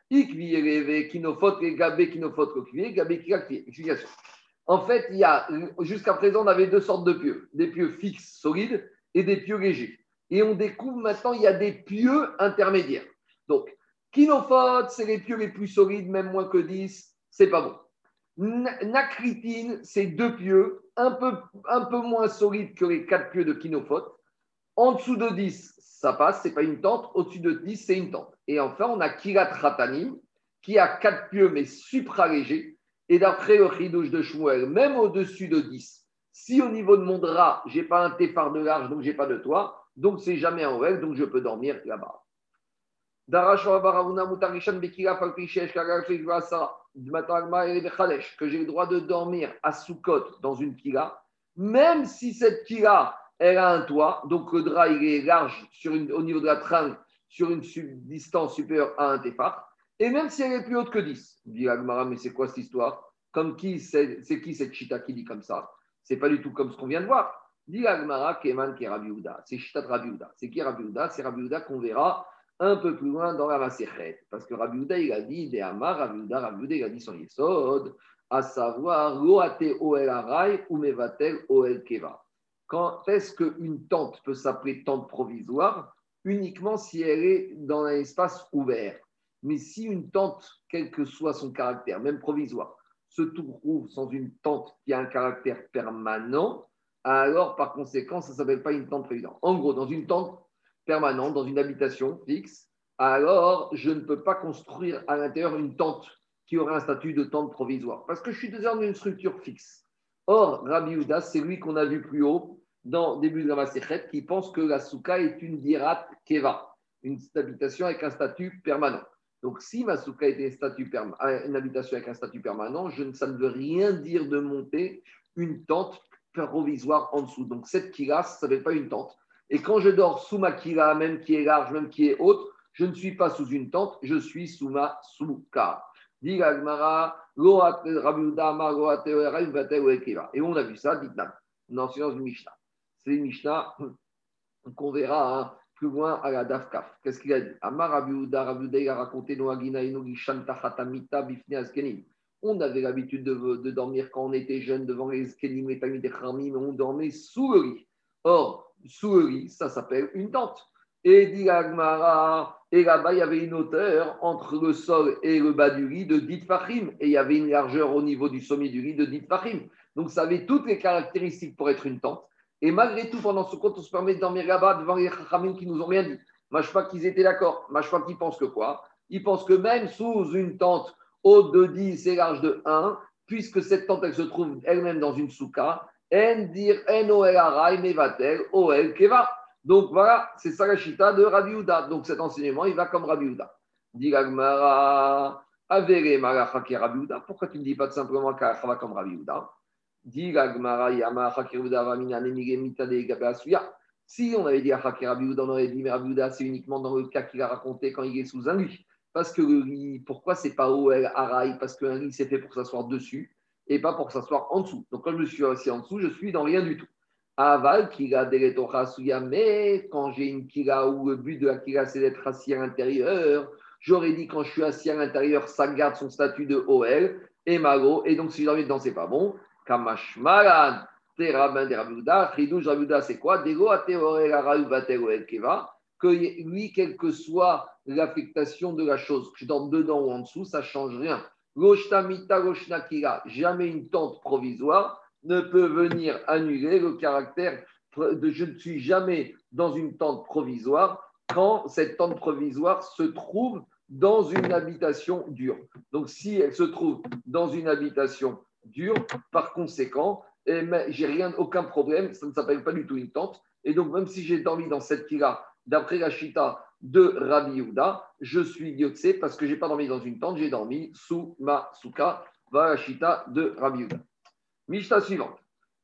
Ikvi, kinofot, gabé, kinofot, kokvi, gabé, kikakvi. Explication. En fait, il y a, jusqu'à présent, on avait deux sortes de pieux. Des pieux fixes, solides, et des pieux légers. Et on découvre maintenant, il y a des pieux intermédiaires. Donc, kinofot, c'est les pieux les plus solides, même moins que dix, c'est pas bon. Nakritine, c'est deux pieux, un peu, un peu moins solides que les quatre pieux de kinofot. En dessous de dix, ça passe, ce n'est pas une tente. Au-dessus de dix, c'est une tente. Et enfin, on a Kirat Ratanim, qui a quatre pieux, mais supra-légers. Et d'après le chidouche de Shmuel, même au-dessus de dix, si au niveau de mon drap, je n'ai pas un téphar de large, donc je n'ai pas de toit, donc c'est jamais en règle, donc je peux dormir là-bas. Que j'ai le droit de dormir à Soukot dans une kila, même si cette kila elle a un toit, donc le drap il est large sur une, au niveau de la tringle sur une sub, distance supérieure à un téphar, et même si elle est plus haute que dix. Dit Agmara, mais c'est quoi cette histoire? Comme qui, c'est, c'est qui cette chita qui dit comme ça? C'est pas du tout comme ce qu'on vient de voir. Dit Agmara, Keman qui est Rabbi Yehuda. C'est chita de Rabbi Yehuda. C'est qui Rabbi Yehuda? C'est Rabbi Yehuda qu'on verra un peu plus loin dans la Masechet. Parce que Rabbi Yehuda, il a dit, des Amar, Rabbi Yehuda, Rabbi Yehuda, il a dit son yesod, à savoir, Loate Oel Arai ou Mevatel Oel Keva. Quand est-ce qu'une tente peut s'appeler tente provisoire? Uniquement si elle est dans un espace ouvert. Mais si une tente, quel que soit son caractère, même provisoire, se trouve sans une tente qui a un caractère permanent, alors par conséquent, ça ne s'appelle pas une tente provisoire. En gros, dans une tente permanente, dans une habitation fixe, alors je ne peux pas construire à l'intérieur une tente qui aurait un statut de tente provisoire. Parce que je suis déjà dans une structure fixe. Or, Rabbi Yehuda, c'est lui qu'on a vu plus haut dans le début de la Masechet, qui pense que la souka est une dirat keva, une habitation avec un statut permanent. Donc, si ma souka était statut perma- une habitation avec un statut permanent, je ne, ça ne veut rien dire de monter une tente provisoire en dessous. Donc, cette kila, ça ne s'appelle pas une tente. Et quand je dors sous ma kila, même qui est large, même qui est haute, je ne suis pas sous une tente, je suis sous ma souka. Dit Agmara, et on a vu ça, dit-nam, dans le du Mishnah. C'est une Mishnah qu'on verra hein, plus loin à la Dafkaf. Qu'est-ce qu'il a dit? Amar Rabbi Yehuda, Rabbi Yehuda, il a raconté on avait l'habitude de, de dormir quand on était jeune devant les Skenim, les Tamid et Khamim, mais on dormait sous le lit. Or, sous le lit, ça s'appelle une tente. Et dit Agmara, et là-bas, il y avait une hauteur entre le sol et le bas du lit de dix Fahim. Et il y avait une largeur au niveau du sommet du lit de dix Fahim. Donc, ça avait toutes les caractéristiques pour être une tente. Et malgré tout, pendant ce compte, on se permet de dormir là-bas devant les Chachamim qui nous ont rien dit. Moi, je ne sais pas qu'ils étaient d'accord. Moi, je ne sais pas qu'ils pensent que quoi. Ils pensent que même sous une tente haute de dix et large de un, puisque cette tente, elle se trouve elle-même dans une souka, En dir en oel arai mevatel oel keva. Donc voilà, c'est ça la chita de Rabbi Yehuda. Donc cet enseignement, il va comme Rabbi Yehuda. Dit l'Agmara, avere malacha ki Rabbi Yehuda. Pourquoi tu ne dis pas tout simplement qu'Alacha va comme Rabbi Yehuda? Dit l'Agmara, yama Rabbi Yehuda va minane mita de gabe asuya. Si on avait dit Alacha ki Rabbi Yehuda, on aurait dit mais Rabbi Yehuda, c'est uniquement dans le cas qu'il a raconté quand il est sous un lit. Parce que le lit, pourquoi c'est pas oel arai? Parce qu'un lit c'est fait pour s'asseoir dessus et pas pour s'asseoir en dessous. Donc quand je me suis assis en dessous, je suis dans rien du tout. Aval, kila deletocha suya, mais quand j'ai une kila où le but de la kila c'est d'être assis à l'intérieur, j'aurais dit quand je suis assis à l'intérieur, ça garde son statut de O L et Mago, et donc si j'ai envie de danser, pas bon. Kamash Malan, Terabin de Rabiuda, Ridouj Rabiuda, c'est quoi? Dego a Teore la Raou Batero El Keva, que lui, quelle que soit l'affectation de la chose, que je dors dedans ou en dessous, ça ne change rien. Loshtamita Loshnakila, jamais une tente provisoire ne peut venir annuler le caractère de je ne suis jamais dans une tente provisoire quand cette tente provisoire se trouve dans une habitation dure. Donc, si elle se trouve dans une habitation dure, par conséquent, eh, j'ai rien, aucun problème, ça ne s'appelle pas du tout une tente. Et donc, même si j'ai dormi dans cette kira, d'après la chita de Rabbi Yehuda, je suis Yotse parce que je n'ai pas dormi dans une tente, j'ai dormi sous ma souka, va la chita de Rabbi Yehuda. Mishnah suivante.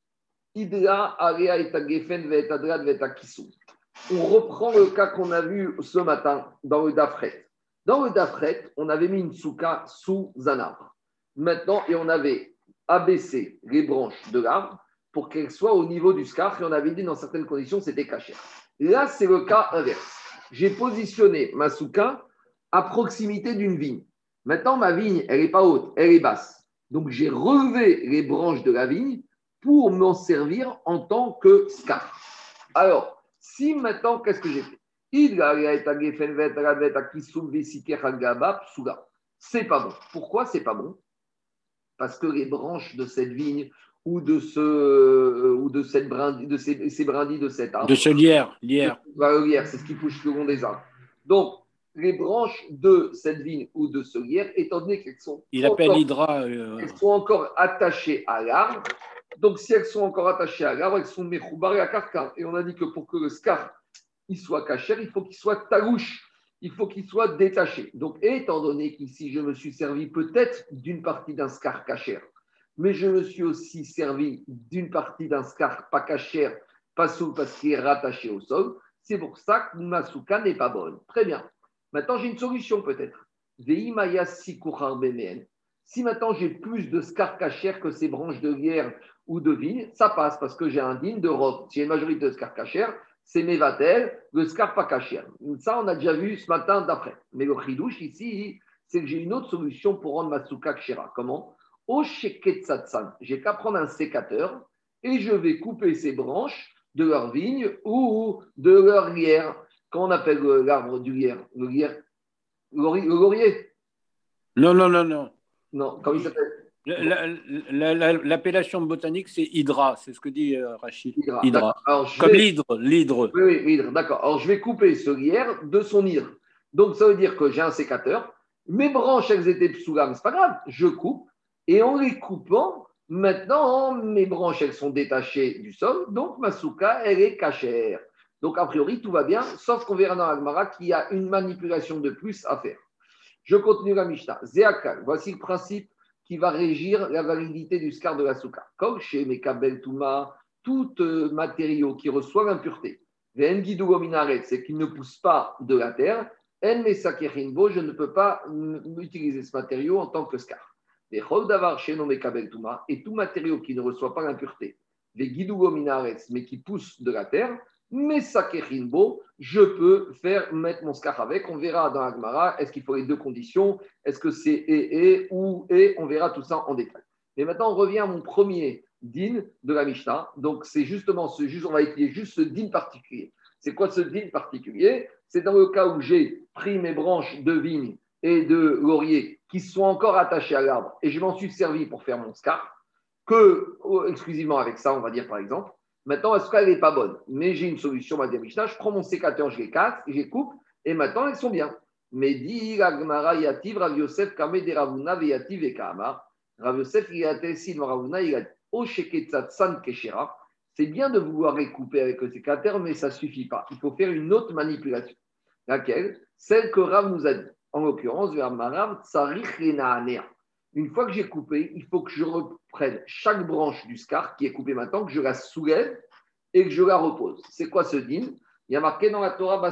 Idra, Area et Gefen, Vetadra, Vetakisu. On reprend le cas qu'on a vu ce matin dans le Dafret. Dans le Dafret, on avait mis une souka sous un arbre. Maintenant, et on avait abaissé les branches de l'arbre pour qu'elles soient au niveau du scarf. Et on avait dit dans certaines conditions, c'était caché. Là, c'est le cas inverse. J'ai positionné ma souka à proximité d'une vigne. Maintenant, ma vigne, elle n'est pas haute, elle est basse. Donc, j'ai relevé les branches de la vigne pour m'en servir en tant que scarf. Alors, si maintenant, qu'est-ce que j'ai fait? C'est pas bon. Pourquoi c'est pas bon? Parce que les branches de cette vigne ou de, ce, ou de, cette brindille, de ces, ces brindilles de cet arbre. De ce lierre. lierre. Le lierre, c'est ce qui pousse le long des arbres. Donc, les branches de cette vigne ou de ce lierre, étant donné qu'elles sont, Il encore, appelle Hydra. Euh... elles sont encore attachées à l'arbre, donc si elles sont encore attachées à l'arbre, elles sont mechoubar et à karkar. Et on a dit que pour que le scarf il soit caché, il faut qu'il soit talouche, il faut qu'il soit détaché. Donc, étant donné qu'ici, je me suis servi peut-être d'une partie d'un scarf caché, mais je me suis aussi servi d'une partie d'un scarf pas caché, pas sous parce qu'il est rattaché au sol, c'est pour ça que ma souka n'est pas bonne. Très bien. Maintenant, j'ai une solution peut-être. Si maintenant j'ai plus de scar cachère que ces branches de lierre ou de vigne, ça passe parce que j'ai un digne de robe. Si j'ai une majorité de scar cachère, c'est mes vatels, le scar pas cachère. Ça, on a déjà vu ce matin d'après. Mais le chidouche ici, c'est que j'ai une autre solution pour rendre ma souka kshera. Comment? Au sheketsatsan, j'ai qu'à prendre un sécateur et je vais couper ces branches de leur vigne ou de leur lierre. Quand on appelle l'arbre du lierre, le lierre, le laurier. Non, non, non, non. Non, comment il s'appelle? La, la, la, l'appellation botanique, c'est Hydra, c'est ce que dit euh, Rachid. Hydra. Hydra. Alors, Comme vais... l'hydre, l'hydre. Oui, oui, l'hydre, d'accord. Alors, je vais couper ce lierre de son hydre. Donc, ça veut dire que j'ai un sécateur. Mes branches, elles étaient psoulam, c'est pas grave. Je coupe. Et en les coupant, maintenant, mes branches, elles sont détachées du sol. Donc, ma souka, elle est cachère. Donc, a priori, tout va bien, sauf qu'on verra dans l'Agmara qu'il y a une manipulation de plus à faire. Je continue la Mishnah. Zéakal, voici le principe qui va régir la validité du scar de la souka. Comme chez Mekabel Touma, tout euh, matériau qui reçoit l'impureté, c'est qu'il ne pousse pas de la terre, je ne peux pas utiliser ce matériau en tant que scar. Et tout matériau qui ne reçoit pas l'impureté, mais qui pousse de la terre, mais sakerinbo, je peux faire mettre mon scar avec. On verra dans la Gemara, est-ce qu'il faut les deux conditions? Est-ce que c'est et, et ou et? On verra tout ça en détail. Mais maintenant, on revient à mon premier din de la Mishnah. Donc, c'est justement ce, juste, on va étudier juste ce din particulier. C'est quoi ce din particulier? C'est dans le cas où j'ai pris mes branches de vigne et de laurier qui sont encore attachées à l'arbre et je m'en suis servi pour faire mon scar, que exclusivement avec ça, on va dire par exemple. Maintenant, est-ce qu'elle n'est pas bonne? Mais j'ai une solution, ma Mishnah. Je prends mon sécateur, je les casse, je les coupe, et maintenant, elles sont bien. Mais dit la Gemara Yativ, Rav Yosef, Kame de Ravuna, Yativ et Kahamar. Rav Yosef, il a testé de Ravuna, il a au Sheketsatsan Keshera. C'est bien de vouloir les couper avec le sécateur, mais ça ne suffit pas. Il faut faire une autre manipulation. Laquelle? Celle que Rav nous a dit. En l'occurrence, Marav, Tsarich Lenaanea. Une fois que j'ai coupé, il faut que je reprenne chaque branche du scar qui est coupée maintenant, que je la soulève et que je la repose. C'est quoi ce din? Il y a marqué dans la Torah,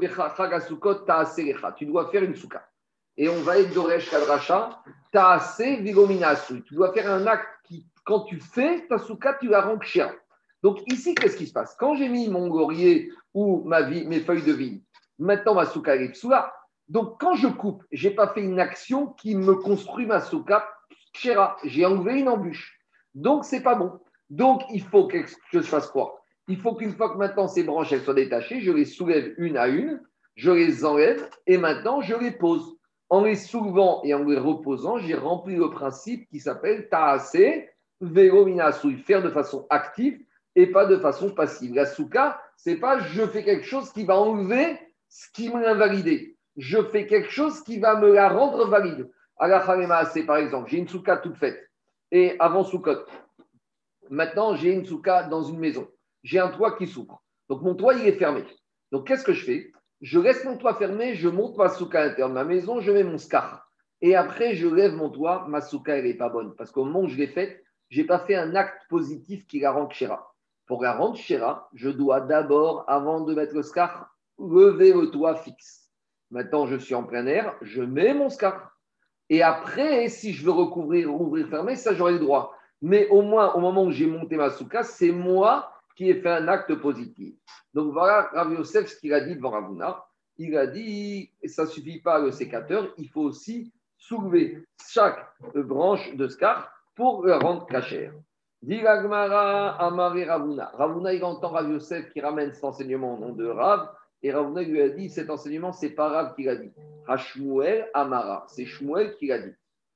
tu dois faire une souka. Et on va être d'Oresh Kadracha, Taase Vigominasu. Tu dois faire un acte qui, quand tu fais ta souka, tu la rends chien. Donc ici, qu'est-ce qui se passe? Quand j'ai mis mon laurier ou ma vie, mes feuilles de vigne, maintenant ma souka est soula. Donc quand je coupe, je n'ai pas fait une action qui me construit ma souka kshera. J'ai enlevé une embûche. Donc c'est pas bon. Donc il faut que je fasse quoi? Il faut qu'une fois que maintenant ces branches elles soient détachées, je les soulève une à une, je les enlève et maintenant je les pose. En les soulevant et en les reposant, j'ai rempli le principe qui s'appelle Taase Velominasu, faire de façon active et pas de façon passive. La souka, c'est pas je fais quelque chose qui va enlever ce qui m'a invalidé. Je fais quelque chose qui va me la rendre valide. À la Khalema, c'est par exemple, j'ai une souka toute faite et avant soukot. Maintenant, j'ai une souka dans une maison. J'ai un toit qui s'ouvre. Donc, mon toit, il est fermé. Donc, qu'est-ce que je fais? Je laisse mon toit fermé, je monte ma souka à l'intérieur de ma maison, je mets mon scar. Et après, je lève mon toit, ma souka, elle n'est pas bonne. Parce qu'au moment où je l'ai faite, je n'ai pas fait un acte positif qui la rende chéra. Pour la rendre chéra, je dois d'abord, avant de mettre le scar, lever le toit fixe. Maintenant, je suis en plein air, je mets mon scar. Et après, si je veux recouvrir, rouvrir, fermer, ça, j'aurai le droit. Mais au moins, au moment où j'ai monté ma souka, c'est moi qui ai fait un acte positif. Donc voilà, Rav Yosef, ce qu'il a dit devant Ravuna, il a dit, ça ne suffit pas le sécateur, il faut aussi soulever chaque branche de scar pour le rendre cachère. Dit Gmara Amare Ravuna. Ravuna, il entend Rav Yosef qui ramène cet enseignement au nom de Rav, et Ravuna lui a dit, cet enseignement, c'est pas Rav qui l'a dit. Hashmuel Amara, c'est Shmuel qui l'a dit.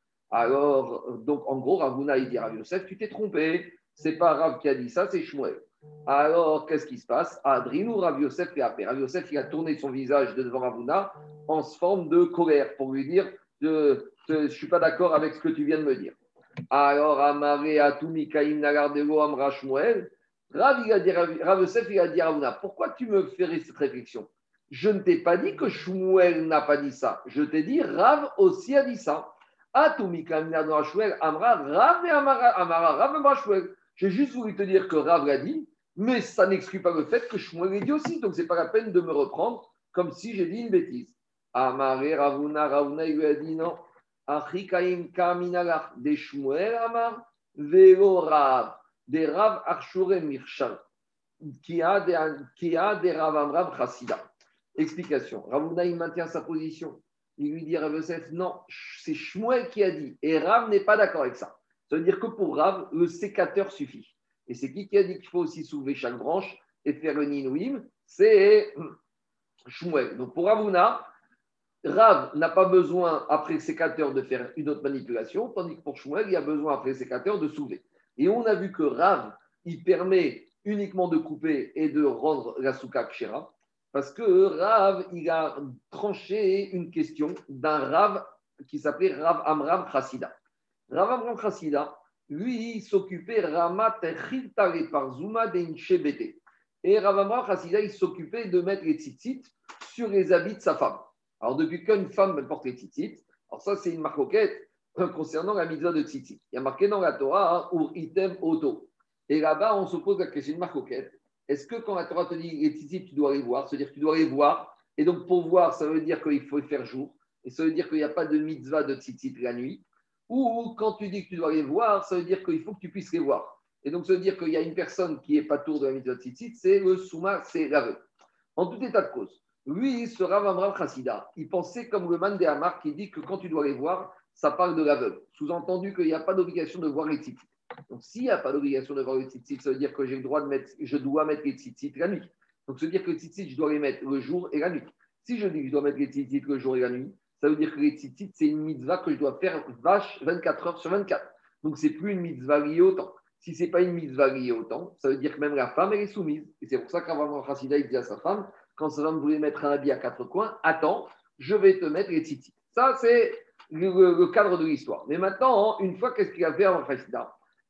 Alors, donc en gros, Ravuna, il dit Rav Yosef, tu t'es trompé, c'est pas Rav qui a dit ça, c'est Shmuel. Alors, qu'est-ce qui se passe? Adrinou, Rav Yosef l'a appelé. Rav Yosef, il a tourné son visage de devant Ravuna en forme de colère pour lui dire je ne suis pas d'accord avec ce que tu viens de me dire. Alors, Amaré, Atoumi, Kaïm, Nagardego, Amra, Shmuel. Rav, il a dit, Rav Yosef, il a dit à Ravuna, pourquoi tu me fais cette réflexion? Je ne t'ai pas dit que Shmuel n'a pas dit ça. Je t'ai dit, Rav aussi a dit ça. Atoumi, Kaïm, Nagardego, Shmuel, Amra, Rav et Amara, Amara, Rav et Amra, Shmuel. J'ai juste voulu te dire que Rav l'a dit, mais ça n'exclut pas le fait que Shmuel l'ait dit aussi. Donc, ce n'est pas la peine de me reprendre comme si j'ai dit une bêtise. Amaré, Ravuna, Ravuna, il lui a dit non. Achikaim kaminalach de Shmuel Amar, Velo Rav, de Rav Arshore Mirchal, qui a des Rav Amrav Chassida. Explication. Ravuna, il maintient sa position. Il lui dit à Rav Yosef, non, c'est Shmuel qui a dit. Et Rav n'est pas d'accord avec ça. Ça veut dire que pour Rav, le sécateur suffit. Et c'est qui qui a dit qu'il faut aussi soulever chaque branche et faire le ninouim? C'est Shmuel. Donc pour Ravuna, Rav n'a pas besoin, après le sécateur, de faire une autre manipulation, tandis que pour Shmuel, il y a besoin, après le sécateur, de soulever. Et on a vu que Rav, il permet uniquement de couper et de rendre la souka kshera, parce que Rav, il a tranché une question d'un Rav qui s'appelait Rav Amram Chassida. Rav Amram Chassida, lui, il s'occupait Ramat Chiltare par Zuma d'Inchebete. Et Rav Amram Chassida, il s'occupait de mettre les tzitzit sur les habits de sa femme. Alors, depuis qu'une femme porte les tzitzit, alors ça, c'est une marcoquette concernant la mitzvah de tzitzit. Il y a marqué dans la Torah, Ur item auto. Et là-bas, on se pose la question, une marcoquette. Est-ce que quand la Torah te dit les tzitzit, tu dois les voir, c'est-à-dire que tu dois les voir, et donc pour voir, ça veut dire qu'il faut faire jour, et ça veut dire qu'il n'y a pas de mitzvah de tzitzit la nuit, ou quand tu dis que tu dois les voir, ça veut dire qu'il faut que tu puisses les voir. Et donc, ça veut dire qu'il y a une personne qui n'est pas tour de la mitzvah de tzitzit, c'est le souma, c'est l'aveugle. En tout état de cause, lui, ce Rav Amram Chassida, il pensait comme le man de Hamar qui dit que quand tu dois les voir, ça parle de l'aveugle. Sous-entendu qu'il n'y a pas d'obligation de voir les tzitzit. Donc, s'il n'y a pas d'obligation de voir les tzitzit, ça veut dire que j'ai le droit de mettre, je dois mettre les tzitzit la nuit. Donc, ça veut dire que les tzitzit, je dois les mettre le jour et la nuit. Si je dis que je dois mettre les tzitzit le jour et la nuit, ça veut dire que les tzitzit, c'est une mitzvah que je dois faire vache vingt-quatre heures sur vingt-quatre. Donc, ce n'est plus une mitzvah liée au temps. Si ce n'est pas une mitzvah liée au temps, ça veut dire que même la femme, elle est soumise. Et c'est pour ça qu'avant Chassida, il dit à sa femme, quand sa femme voulait mettre un habit à quatre coins, attends, je vais te mettre les tzitzit. Ça, c'est le, le, le cadre de l'histoire. Mais maintenant, une fois, qu'est-ce qu'il a fait avant Chassida?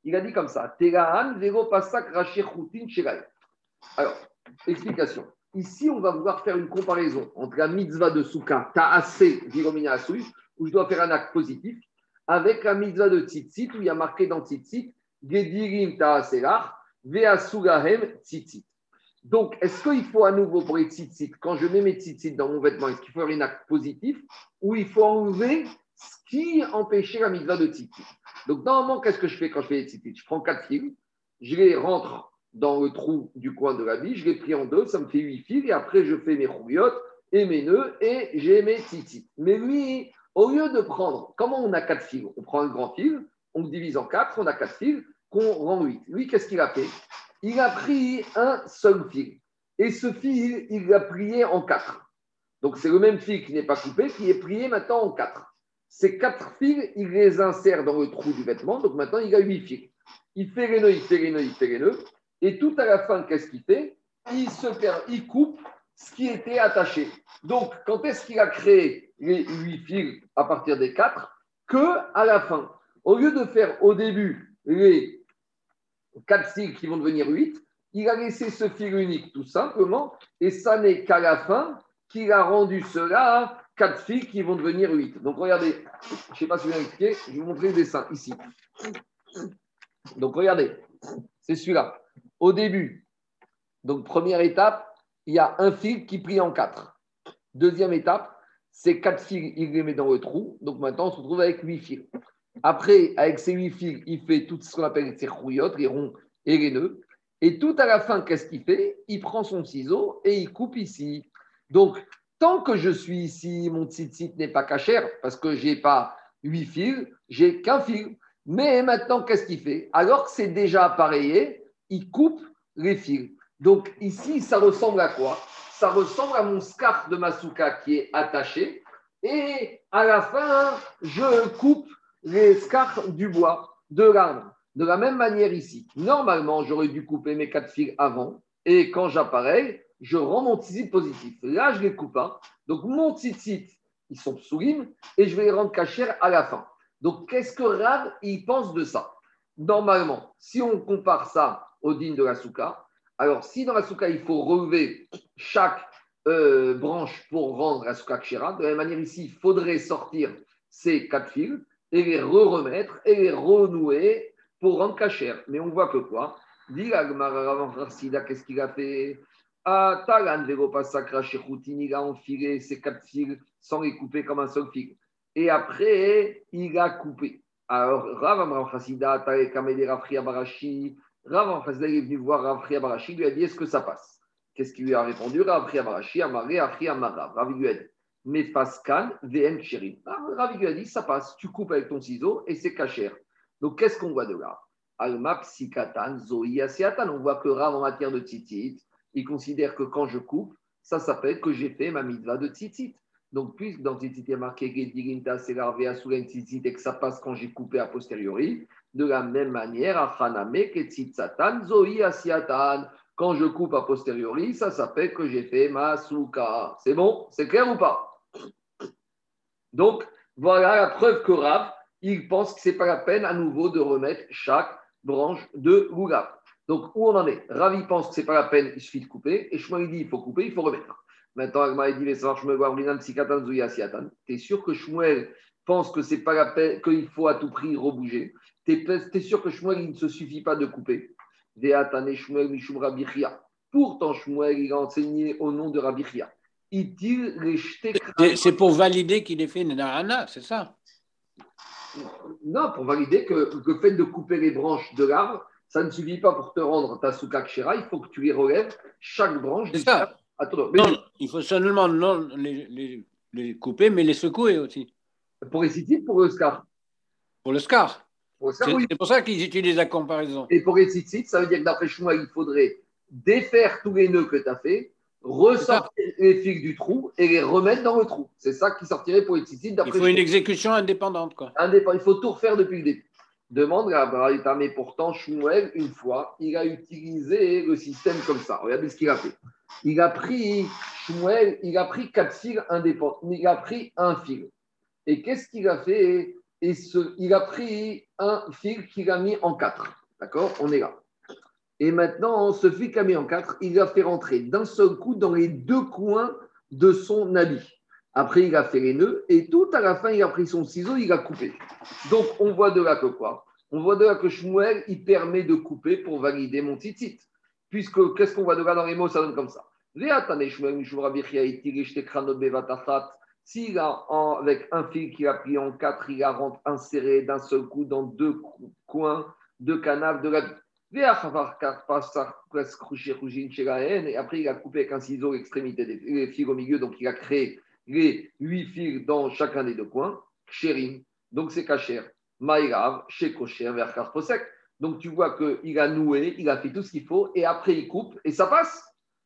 Il a dit comme ça. Telahan vero pasak raché choutin shelaï. Alors, explication. Ici, on va vouloir faire une comparaison entre la mitzvah de Souka, Ta'asé, Viromina Asui, où je dois faire un acte positif, avec la mitzvah de Tzitzit, où il y a marqué dans Tzitzit, Gedirim Ta'aselach, Veasulahem Tzitzit. Donc, est-ce qu'il faut à nouveau pour les Tzitzit, quand je mets mes Tzitzit dans mon vêtement, est-ce qu'il faut faire un acte positif, ou il faut enlever ce qui empêchait la mitzvah de Tzitzit? Donc, normalement, qu'est-ce que je fais quand je fais les Tzitzit? Je prends quatre fils, je les rentre dans le trou du coin de la bille, je l'ai pris en deux, ça me fait huit fils, et après je fais mes rouillottes et mes nœuds, et j'ai mes tzitzit. Mais lui, au lieu de prendre, comment on a quatre fils? On prend un grand fil, on le divise en quatre, on a quatre fils, qu'on rend huit. Lui, qu'est-ce qu'il a fait? Il a pris un seul fil, et ce fil, il l'a plié en quatre. Donc c'est le même fil qui n'est pas coupé, qui est plié maintenant en quatre. Ces quatre fils, il les insère dans le trou du vêtement, donc maintenant il a huit fils. Il fait les nœuds, il fait les nœuds, il fait les nœuds. Et tout à la fin, qu'est-ce qu'il fait? Il se perd, il coupe ce qui était attaché. Donc, quand est-ce qu'il a créé les huit fils à partir des quatre? Que à la fin. Au lieu de faire au début les quatre fils qui vont devenir huit, il a laissé ce fil unique tout simplement. Et ça n'est qu'à la fin qu'il a rendu cela quatre fils qui vont devenir huit. Donc, regardez, je ne sais pas si vous avez expliqué, je vais vous montrer le dessin ici. Donc, regardez, c'est celui-là. Au début, donc première étape, il y a un fil qui plie en quatre. Deuxième étape, ces quatre fils, il les met dans le trou. Donc maintenant, on se retrouve avec huit fils. Après, avec ces huit fils, il fait tout ce qu'on appelle ses rouillottes, les ronds et les nœuds. Et tout à la fin, qu'est-ce qu'il fait? Il prend son ciseau et il coupe ici. Donc, tant que je suis ici, mon tzitzit n'est pas cachère parce que je n'ai pas huit fils, j'ai qu'un fil. Mais maintenant, qu'est-ce qu'il fait? Alors que c'est déjà appareillé, il coupe les fils. Donc ici, ça ressemble à quoi? Ça ressemble à mon scarf de Masuka qui est attaché. Et à la fin, je coupe les scarfs du bois, de l'arbre. De la même manière ici. Normalement, j'aurais dû couper mes quatre fils avant. Et quand j'appareille, je rends mon tzitzit positif. Là, je ne les coupe pas. Donc mon tzitzit, ils sont psoulim et je vais les rendre cachères à la fin. Donc qu'est-ce que Rav, il pense de ça? Normalement, si on compare ça au din de la souka, alors si dans la souka, il faut relever chaque euh, branche pour rendre la souka kshera, de la même manière ici, il faudrait sortir ces quatre fils et les re-remettre et les renouer pour rendre kashère. Mais on voit que quoi? Dit la Gemara, qu'est-ce qu'il a fait? Ah, Talan, Vegopa Sakra, Shechoutin, il a enfilé ces quatre fils sans les couper comme un seul fil. Et après, il a coupé. Alors, Rav Amram Chassida, Tarek Kamede Rafria Barashi, Rav Amram Chassida est venu voir Rafria Barashi, lui a dit: est-ce que ça passe? Qu'est-ce qu'il lui a répondu? Rafria Barashi, Amaré, Afria Amarav. Rav lui a dit: mais Pascal, V M Chirim. Rav lui a dit: ça passe, tu coupes avec ton ciseau et c'est cachère. Donc, qu'est-ce qu'on voit de là? Alma Psikatan, Zoï Asiatan. On voit que Rav, en matière de tzitzit, il considère que quand je coupe, ça s'appelle que j'ai fait ma mitzvah de tzitzit. Donc, puisque dans Tzitzit, il y a marqué Gedirinta, c'est larvé à Soulen Tzitzit et que ça passe quand j'ai coupé a posteriori, de la même manière, Achaname, Ketzitsatan, Zoï Asiatan. Quand je coupe a posteriori, ça s'appelle que j'ai fait ma souka. C'est bon? C'est clair ou pas? Donc, voilà la preuve que Rav, il pense que ce n'est pas la peine à nouveau de remettre chaque branche de Lulav. Donc, où on en est? Rav, il pense que ce n'est pas la peine, il suffit de couper. Et Shmuel, il dit il faut couper, il faut remettre. Maintenant, Agma dit, tu es sûr que Shmuel pense que c'est pas la peine, qu'il faut à tout prix rebouger? Tu es sûr que Shmuel, il ne se suffit pas de couper? Pourtant, Shmuel, il a enseigné au nom de Rabbi Chia. C'est, c'est pour valider qu'il ait fait une narana, c'est ça? Non, pour valider que le fait de couper les branches de l'arbre, ça ne suffit pas pour te rendre ta souka kshera, il faut que tu les relèves, chaque branche. C'est ça. Attends, mais non, il faut seulement non les, les, les couper, mais les secouer aussi. Pour les tzitzit, pour le scar. Pour le scar. Pour le scar c'est, oui. c'est pour ça qu'ils utilisent la comparaison. Et pour les tzitzit, ça veut dire que d'après Shmuel, il faudrait défaire tous les nœuds que tu as fait, ressortir les fils du trou et les remettre dans le trou. C'est ça qui sortirait pour les tzitzit. Il faut Shmuel. Une exécution indépendante. Quoi. Indépendant. Il faut tout refaire depuis le début. Demande à Braïta, mais pourtant, Shmuel, une fois, il a utilisé le système comme ça. Regardez ce qu'il a fait. Il a pris, Shmuel, il a pris quatre fils indépendants. Il a pris un fil. Et qu'est-ce qu'il a fait? et ce, il a pris un fil qu'il a mis en quatre. D'accord? On est là. Et maintenant, ce fil qu'il a mis en quatre, il l'a fait rentrer d'un seul coup dans les deux coins de son habit. Après, il a fait les nœuds et tout à la fin, il a pris son ciseau, il a coupé. Donc, on voit de là que quoi? On voit de là que Shmuel, il permet de couper pour valider mon titit. Puisque, qu'est-ce qu'on voit de là dans les mots? Ça donne comme ça. S'il a, en, avec un fil qu'il a pris en quatre, il a inséré d'un seul coup dans deux coins, deux canaux de la. Et après, il a coupé avec un ciseau l'extrémité des fils au milieu, donc il a créé les huit fils dans chacun des deux coins. Ksherim, donc c'est kacher. Maïrav, chez Kosher, vers Karposek. Donc tu vois qu'il a noué, il a fait tout ce qu'il faut, et après il coupe, et ça passe.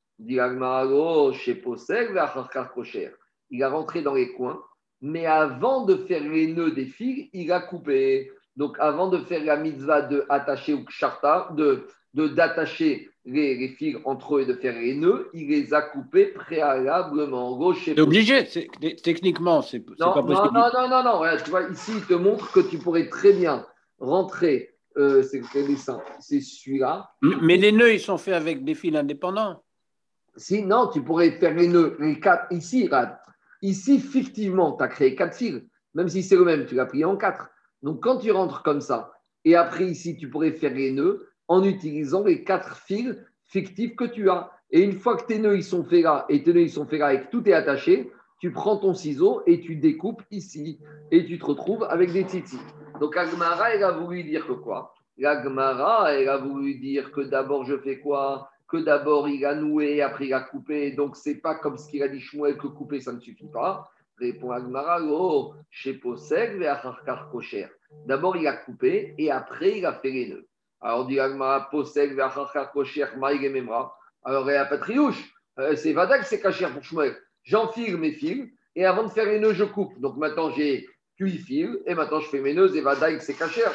Diagmaro, chez Posek, vers Kosher. Il a rentré dans les coins, mais avant de faire les nœuds des fils, il a coupé. Donc, avant de faire la mitzvah de attacher ou ksharta, de, de, d'attacher les, les fils entre eux et de faire les nœuds, il les a coupés préalablement. C'est obligé, c'est, techniquement, c'est, c'est non, pas possible. Non, non, non, non, non. Regarde, tu vois, ici, il te montre que tu pourrais très bien rentrer. Euh, c'est quel dessin? C'est celui-là. Mais les nœuds, ils sont faits avec des fils indépendants. Si, non, tu pourrais faire les nœuds, les quatre. Ici, regarde. Ici, fictivement, tu as créé quatre fils. Même si c'est le même, tu l'as pris en quatre. Donc, quand tu rentres comme ça, et après ici, tu pourrais faire les nœuds en utilisant les quatre fils fictifs que tu as. Et une fois que tes nœuds ils sont faits là, et tes nœuds ils sont faits là, et que tout est attaché, tu prends ton ciseau et tu découpes ici. Et tu te retrouves avec des titis. Donc, Agmara, elle a voulu dire que quoi? L'Agmara, elle a voulu dire que d'abord, je fais quoi? Que d'abord, il a noué, après il a coupé. Donc, c'est pas comme ce qu'il a dit Shmuel que couper, ça ne suffit pas. Répond Agmara, oh, chez Posek, Ve'acharkar Kosher. D'abord, il a coupé et après, il a fait les nœuds. Alors, dit Agmara, Posek, Ve'acharkar Kosher, Maïg Memra. Alors, il n'y a pas de triouche. Euh, c'est Vadak, c'est Kacher pour Shmuel. J'enfile mes fils et avant de faire les nœuds, je coupe. Donc, maintenant, j'ai huit fils et maintenant, je fais mes nœuds et Vadak, c'est Kacher.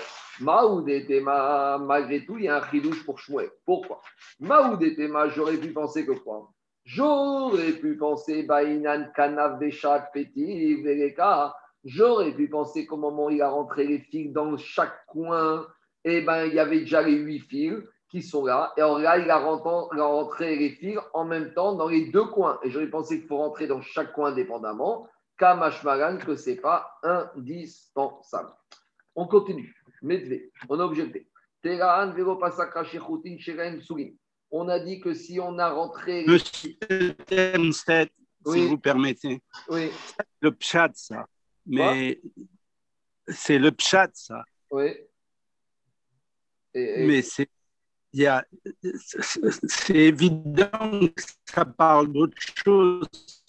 Maoudetema, malgré tout, il y a un chidouche pour Shmuel. Pourquoi? Maoudetema, j'aurais pu penser que quoi? J'aurais pu penser, Bainan Kanav Beshak Petit Veleka. J'aurais pu penser qu'au moment où il a rentré les fils dans chaque coin, eh ben, il y avait déjà les huit fils qui sont là. Et alors là, il a rentré, il a rentré les fils en même temps dans les deux coins. Et j'aurais pensé qu'il faut rentrer dans chaque coin indépendamment. Kamashmaran, que ce n'est pas indispensable. On continue. Medve, on a objecté. Teraan Velo Pasaka Shechutin Sheren Sugin. On a dit que si on a rentré. Monsieur Temstedt, oui. Si vous permettez. Oui. Le pshat, ça. Mais quoi? C'est le pshat, ça. Oui. Et, et... Mais c'est, y a, c'est évident que ça parle d'autre chose.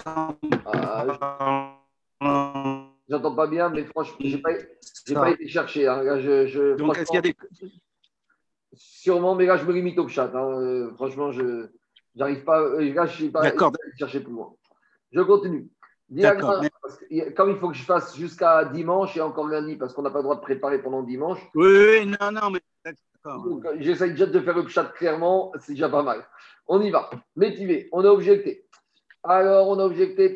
Ah, j'entends pas bien, mais franchement, je n'ai pas, pas été chercher. Hein. Là, je, je, Donc, est-ce qu'il y a des. Sûrement, mais là, je me limite au chat. Hein. Euh, franchement, je n'arrive pas. Là, je ne suis pas allé chercher plus loin. Je continue. D'accord. Parce que, comme il faut que je fasse jusqu'à dimanche et encore lundi, parce qu'on n'a pas le droit de préparer pendant dimanche. Oui, oui, non, non, mais d'accord. Donc, j'essaye déjà de faire le chat clairement, c'est déjà pas mal. On y va. Métivé, on a objecté. Alors, on a objecté.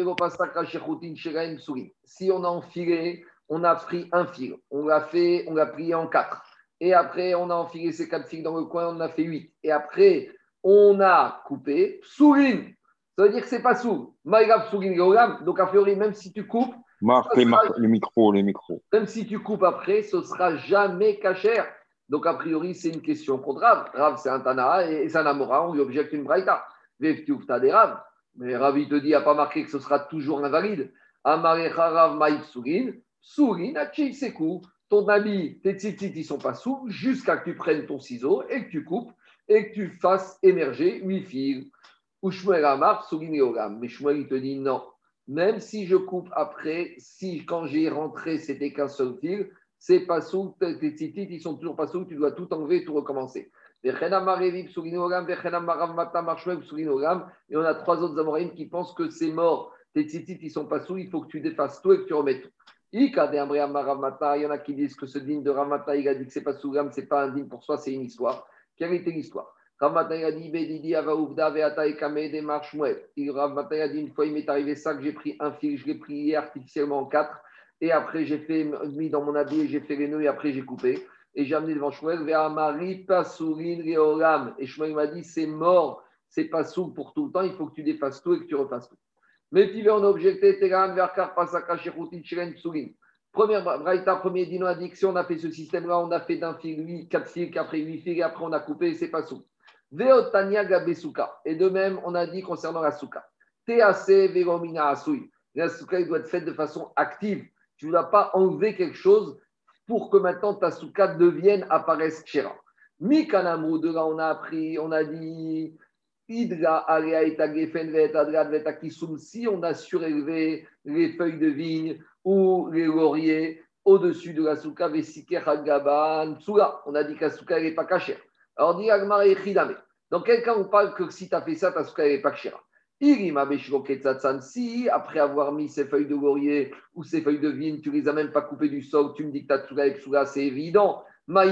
Si on a enfilé, on a pris un fil. On l'a fait, on l'a plié en quatre. Et après, on a enfilé ces quatre fils dans le coin, on en a fait huit. Et après, on a coupé. Sourine, ça veut dire que ce n'est pas sourd. Maïgab, sourine, géogam. Donc, a priori, même si tu coupes. Marc, les sera, le micro, les micros. Même si tu coupes après, ce ne sera jamais cachère. Donc, a priori, c'est une question contre Rav. Rav, c'est un Tana et c'est un Amora. On lui objecte une Braïta. Veftiufta des Rav. Mais Rav, il te dit, il n'a pas marqué que ce sera toujours invalide. Amarecha Rav Maïf sourine. Sourine, Achil, c'est court. Ton habit, tes tzitzit, ils ne sont pas souples jusqu'à que tu prennes ton ciseau et que tu coupes et que tu fasses émerger huit fils. Ou Shmuel Amar, Sougin et Ogam. Mais Shmuel, il te dit non. Même si je coupe après, si quand j'ai rentré, c'était qu'un seul fil, c'est pas souples, tes tzitzit, ils sont toujours pas souples, tu dois tout enlever et tout recommencer. Et on a trois autres Amoraïm qui pensent que c'est mort. Tes tzitzit, ils ne sont pas souples, il faut que tu dépasses tout et que tu remettes tout. Il y en a qui disent que ce digne de Ramata, il a dit que ce n'est pas Sougam, ce n'est pas un digne pour soi, c'est une histoire. Quelle était l'histoire? Ramata, il a dit Bedidi, Avaouvda, Veata et Kame, démarche Moued. Ramata, il a dit une fois, il m'est arrivé ça, que j'ai pris un fil, je l'ai pris artificiellement en quatre. et après j'ai fait mis dans mon habit et j'ai fait les nœuds et après j'ai coupé. Et j'ai amené devant Shmuel, vers Amari, Pasurin, Réolam. Et Shmuel m'a dit, c'est mort, c'est pas sourd pour tout le temps, il faut que tu défasses tout et que tu refasses tout. Mais puis on a objecté, Tegan, Verkar, Pasaka, Shechuti, Chiren, Psurin. Première braïta, premier dino a dit que si on a fait ce système-là, on a fait d'un fil huit, quatre fils, après huit fils, et après on a coupé, c'est pas sourd. Veotania Gabesuka. Et de même, on a dit concernant la souka. T A C, Veromina Asui. La souka, il doit être faite de façon active. Tu ne dois pas enlever quelque chose pour que maintenant ta souka devienne, apparaisse Kshera. Mikanamou, de là, on a appris, on a dit, Idra, Alea, Etagefen, Vetadra, Vetakisum, si on a surélevé les feuilles de vigne ou les lauriers au-dessus de la souka, Vesiker, Hagaban, Tsula. On a dit que la souka, elle n'est pas cachère. Alors, dit Agmar et Chidame. Dans quel cas on parle que si tu as fait ça, ta souka, elle n'est pas cachère. Si, après avoir mis ces feuilles de laurier ou ces feuilles de vigne, tu ne les as même pas coupées du sol, tu me dis que ta souka est psoula, c'est évident.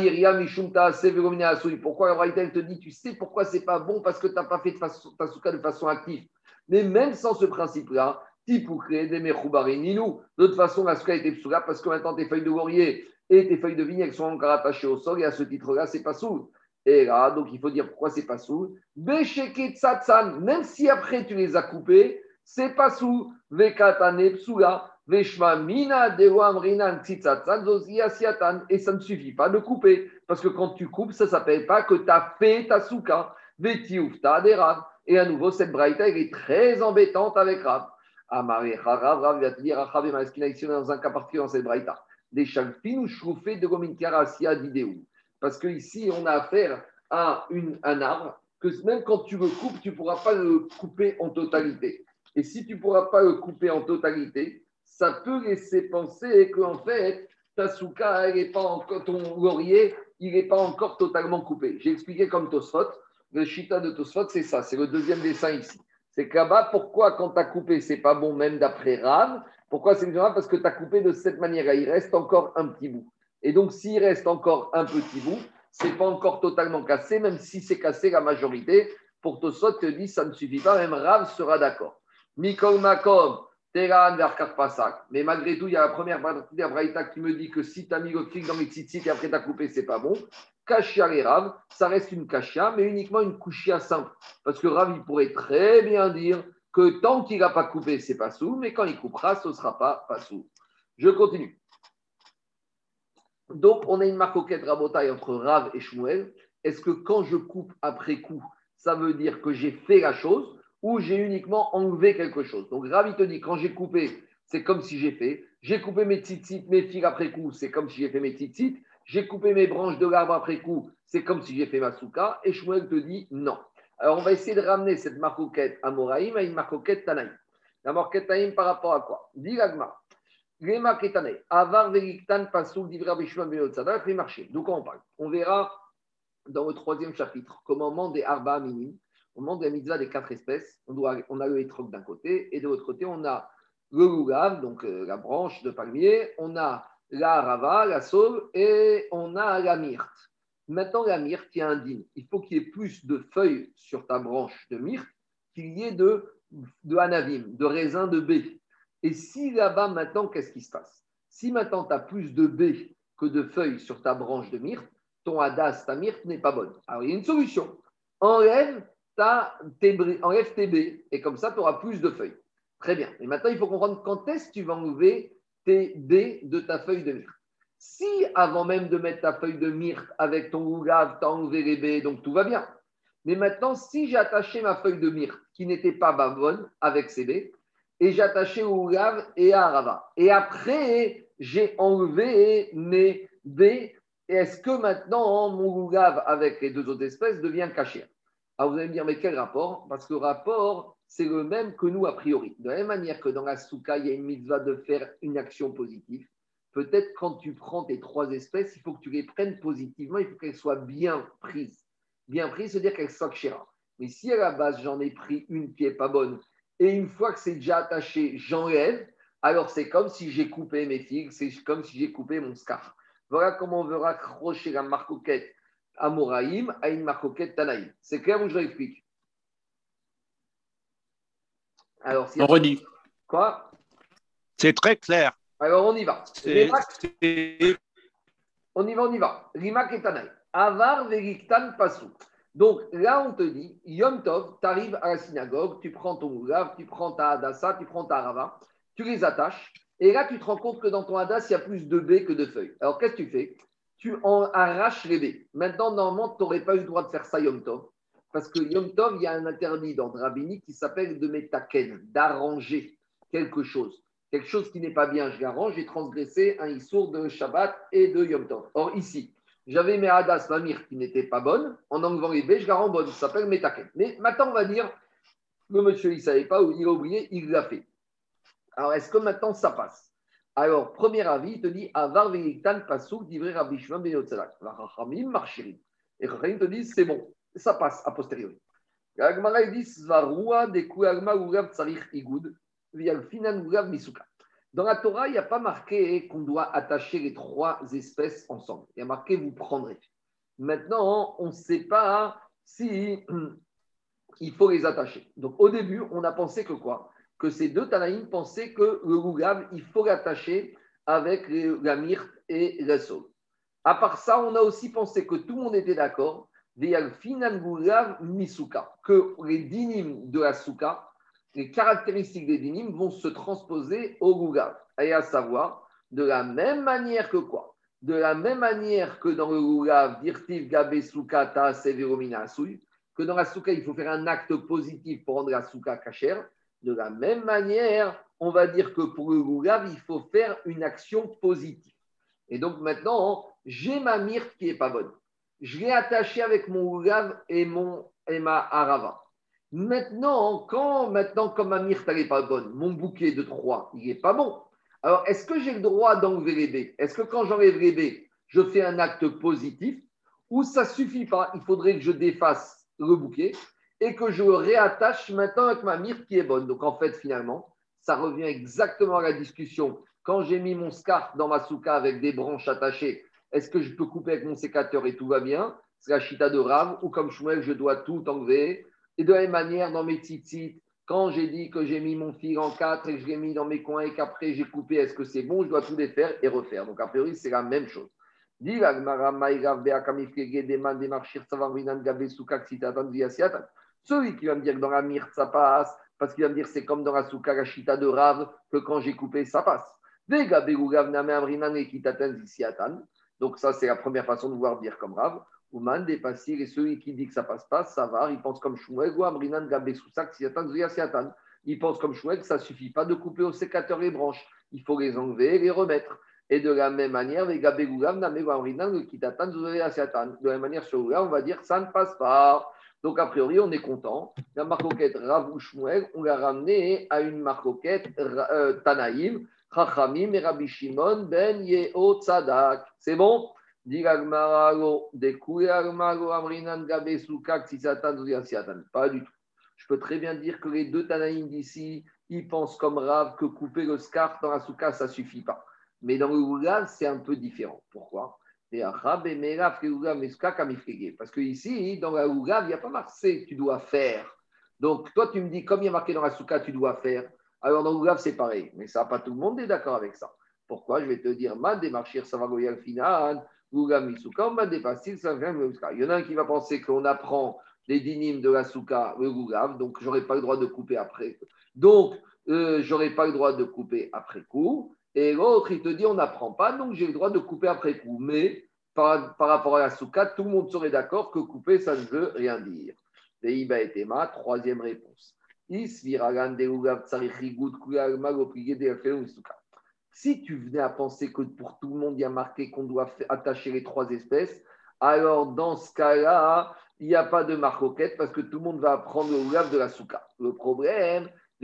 Pourquoi le Raïtel te dit, tu sais pourquoi c'est pas bon? Parce que tu n'as pas fait ta souka de façon active. Mais même sans ce principe-là, de toute façon, la souka était psoula parce que maintenant tes feuilles de laurier et tes feuilles de vigne, elles sont encore attachées au sol et à ce titre-là, c'est pas sourd. Et là, donc il faut dire pourquoi c'est pas sourd. Besheke tsatsan, même si après tu les as coupés, c'est pas sourd. Vekatane psoula, veshma mina dewa amrinan tsitsatsan, zosiasiatan. Et ça ne suffit pas de couper. Parce que quand tu coupes, ça ne s'appelle pas que tu as fait ta souka. Vetiufta des Rav. Et à nouveau, cette braïta, elle est très embêtante avec Rav. Amaré Rav, Rav va te dire, Rav et Maskina, ici dans un cas particulier dans cette braïta. Des chalfin ou chrouffé de gominkarasia d'idéou. Parce qu'ici, on a affaire à une, un arbre que même quand tu le coupes, tu ne pourras pas le couper en totalité. Et si tu ne pourras pas le couper en totalité, ça peut laisser penser qu'en fait, ta souka, elle est pas encore, ton laurier, il n'est pas encore totalement coupé. J'ai expliqué comme Tosfot. Le chita de Tosfot, c'est ça. C'est le deuxième dessin ici. C'est que là-bas, pourquoi quand tu as coupé, ce n'est pas bon même d'après Rav? Pourquoi c'est grave? Parce que tu as coupé de cette manière-là. Il reste encore un petit bout. Et donc, s'il reste encore un petit bout, ce n'est pas encore totalement cassé, même si c'est cassé la majorité. Pour Tosot, te dit, ça ne suffit pas, même Rav sera d'accord. Mikol Makom, Teran Verkar Pasak. Mais malgré tout, il y a la première partie de la Braïta qui me dit que si tu as mis le fil dans les tzitzit et après tu as coupé, ce n'est pas bon. Kashia et Rav, ça reste une kashia, mais uniquement une kushia simple. Parce que Rav, il pourrait très bien dire que tant qu'il n'a pas coupé, c'est pas sous, mais quand il coupera, ce ne sera pas pas sous. Je continue. Donc, on a une marcoquette rabotaille entre Rav et Shmuel. Est-ce que quand je coupe après coup, ça veut dire que j'ai fait la chose ou j'ai uniquement enlevé quelque chose? Donc, Rav, il te dit, quand j'ai coupé, c'est comme si j'ai fait. J'ai coupé mes tzitzit, mes fils après coup, c'est comme si j'ai fait mes tzitzit. J'ai coupé mes branches de l'arbre après coup, c'est comme si j'ai fait ma souka. Et Shmuel te dit non. Alors, on va essayer de ramener cette marcoquette Amoraïm à une marcoquette Tanaïm. La marcoquette Tanaïm par rapport à quoi? Dit l'Agma. Avar veliktan pasoul divra bishman beotzadak les marchés. Donc on parle. On verra dans le troisième chapitre comment on demande des arba minim. On demande la mitzvah des quatre espèces. On, doit, on a le hétrog d'un côté et de l'autre côté on a le lulav, donc euh, la branche de palmier. On a la harava, la sauve et on a la myrte. Maintenant la myrte, il y a un dîme. Il faut qu'il y ait plus de feuilles sur ta branche de myrte qu'il y ait de, de anavim, de raisin de baie. Et si là-bas, maintenant, qu'est-ce qui se passe? Si maintenant, tu as plus de baies que de feuilles sur ta branche de myrte, ton hadas, ta myrte n'est pas bonne. Alors, il y a une solution. Enlève, ta, tes, enlève tes baies et comme ça, tu auras plus de feuilles. Très bien. Et maintenant, il faut comprendre quand est-ce que tu vas enlever tes baies de ta feuille de myrte. Si, avant même de mettre ta feuille de myrte avec ton ougave, tu as enlevé les baies, donc tout va bien. Mais maintenant, si j'ai attaché ma feuille de myrte qui n'était pas bonne avec ses baies, et j'ai attaché au ougave et à Arava. Et après, j'ai enlevé mes baies. Et est-ce que maintenant, mon ougave avec les deux autres espèces devient caché? Alors vous allez me dire, mais quel rapport? Parce que le rapport, c'est le même que nous a priori. De la même manière que dans la souka, il y a une mitzvah de faire une action positive. Peut-être quand tu prends tes trois espèces, il faut que tu les prennes positivement, il faut qu'elles soient bien prises. Bien prises, c'est-à-dire qu'elles soient kshera. Mais si à la base, j'en ai pris une qui n'est pas bonne, et une fois que c'est déjà attaché, j'enlève, alors c'est comme si j'ai coupé mes figues, c'est comme si j'ai coupé mon scarf. Voilà comment on veut raccrocher la marcoquette Amoraïm à une marcoquette Tanaïm. C'est clair ou je l'explique? Alors, si On redit. Quoi? C'est très clair. Alors, on y va. C'est, Rimak, c'est- on y va, on y va. Rimak et Tanaï. Avar veriktan pasou. Donc, là, on te dit, Yom Tov, tu arrives à la synagogue, tu prends ton oulav, tu prends ta hadassa, tu prends ta rava, tu les attaches. Et là, tu te rends compte que dans ton hadas, il y a plus de baies que de feuilles. Alors, qu'est-ce que tu fais? Tu en arraches les baies. Maintenant, normalement, tu n'aurais pas eu le droit de faire ça Yom Tov. Parce que Yom Tov, il y a un interdit dans le rabbinique qui s'appelle de metaken, d'arranger quelque chose. Quelque chose qui n'est pas bien, je l'arrange, j'ai transgressé un issour de Shabbat et de Yom Tov. Or, ici, j'avais mes hadas, ma mire, qui n'étaient pas bonnes. En enlevant les baies, je la rends bonne. Ça s'appelle metaken. Mais maintenant, on va dire, le monsieur, il ne savait pas ou il a oublié, il l'a fait. Alors, est-ce que maintenant, ça passe? Alors, premier avis, il te dit Avar veiktan pasuk divrei Rabbi Shimon ben Yotzalak. La Chachamim marchirim. Et Chachamim te disent c'est bon, ça passe a posteriori. La Gemara il dit Svarua de kualma urav tsarich igud vialfinan urav misuka. Dans la Torah, il n'y a pas marqué qu'on doit attacher les trois espèces ensemble. Il y a marqué vous prendrez. Maintenant, on ne sait pas si il faut les attacher. Donc, au début, on a pensé que quoi? Que ces deux Tanaïm pensaient que le Rugav, il faut l'attacher avec les, la myrte et la sauge. À part ça, on a aussi pensé que tout le monde était d'accord, misuka, que les dynimes de la souka, les caractéristiques des dynimes vont se transposer au Rugav. Et à savoir, de la même manière que quoi? De la même manière que dans le Rugav, dirtiv gabe souka ta severomina asouy, que dans la souka, il faut faire un acte positif pour rendre la souka cachère. De la même manière, on va dire que pour le Rugav, il faut faire une action positive. Et donc maintenant, j'ai ma myrte qui n'est pas bonne. Je l'ai attachée avec mon Rugav et, mon, et ma harava. Maintenant, quand, maintenant, comme ma myrte n'est pas bonne, mon bouquet de trois, il n'est pas bon. Alors, est-ce que j'ai le droit d'enlever les baies? Est-ce que quand j'enlève les baies, je fais un acte positif ou ça ne suffit pas? Il faudrait que je défasse le bouquet et que je le réattache maintenant avec ma myrte qui est bonne. Donc, en fait, finalement, ça revient exactement à la discussion. Quand j'ai mis mon scarf dans ma souka avec des branches attachées, est-ce que je peux couper avec mon sécateur et tout va bien? C'est la chita de Rav, ou comme Shmuel, je dois tout enlever. Et de la même manière, dans mes tzitzit, quand j'ai dit que j'ai mis mon fil en quatre et que je l'ai mis dans mes coins et qu'après j'ai coupé, est-ce que c'est bon? Je dois tout défaire et refaire. Donc, a priori, c'est la même chose. Celui qui va me dire que dans la myrte, ça passe, parce qu'il va me dire c'est comme dans la souka, la chita de Rav, que quand j'ai coupé, ça passe. Donc ça, c'est la première façon de voir dire comme Rav. Ouman, des passir, et celui qui dit que ça passe pas, ça va, il pense comme Shmuel, ou Amrinan, Gabé, Soussak, Siatan, Ziasiatan. Il pense comme Shmuel que ça ne suffit pas de couper au sécateur les branches. Il faut les enlever et les remettre. Et de la même manière, les Gabé, Gougav, Namé, Amrinan, le Kitatan, Ziasiatan. De la même manière, sur là, on va dire ça ne passe pas. Donc, a priori, on est content. La marcoquette Rav ou Shmuel, on l'a ramené à une marcoquette euh, Tanaïm, Chachamim et Rabbi Shimon ben Yeho Tzadak. C'est bon? Pas du tout. Je peux très bien dire que les deux Tanaïm d'ici, ils pensent comme Rav que couper le scarf dans la souka, ça ne suffit pas. Mais dans le Rugav, c'est un peu différent. Pourquoi? Parce que ici, dans la Rugav, il n'y a pas marqué tu dois faire. Donc, toi, tu me dis, comme il y a marqué dans la souka, tu dois faire. Alors, dans le Rugav, c'est pareil. Mais ça, pas tout le monde est d'accord avec ça. Pourquoi? Je vais te dire, Man démarchir, ça va goyer final. Il y en a un qui va penser qu'on apprend les dynimes de la souka, le Rugav, donc je n'aurai pas le droit de couper après. Donc, euh, je n'aurai pas le droit de couper après coup. Et l'autre, il te dit, on n'apprend pas, donc j'ai le droit de couper après coup. Mais par, par rapport à la souka, tout le monde serait d'accord que couper, ça ne veut rien dire. Deiba et Tema, troisième réponse. Si tu venais à penser que pour tout le monde, il y a marqué qu'on doit attacher les trois espèces, alors dans ce cas-là, il n'y a pas de marcoquette parce que tout le monde va apprendre le Rugav de la souka. Le problème,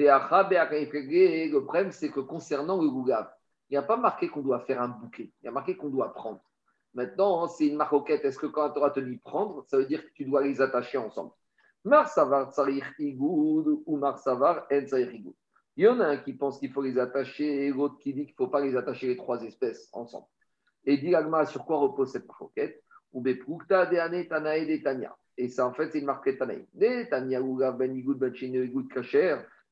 le problème, c'est que concernant le Rugav, il n'y a pas marqué qu'on doit faire un bouquet, il y a marqué qu'on doit prendre. Maintenant, c'est une marcoquette. Est-ce que quand la Torah te dit prendre, ça veut dire que tu dois les attacher ensemble? Marsavar tsarich igoud ou marsavar en tsarich igoud. Il y en a un qui pense qu'il faut les attacher et l'autre qui dit qu'il ne faut pas les attacher les trois espèces ensemble. Et dit Agma sur quoi repose cette marquette? Ou beprukta de ane tanae de tanya. Et ça, en fait, c'est une marquette tanae. De tanya ugav ben igoud ben chine igoud kacher.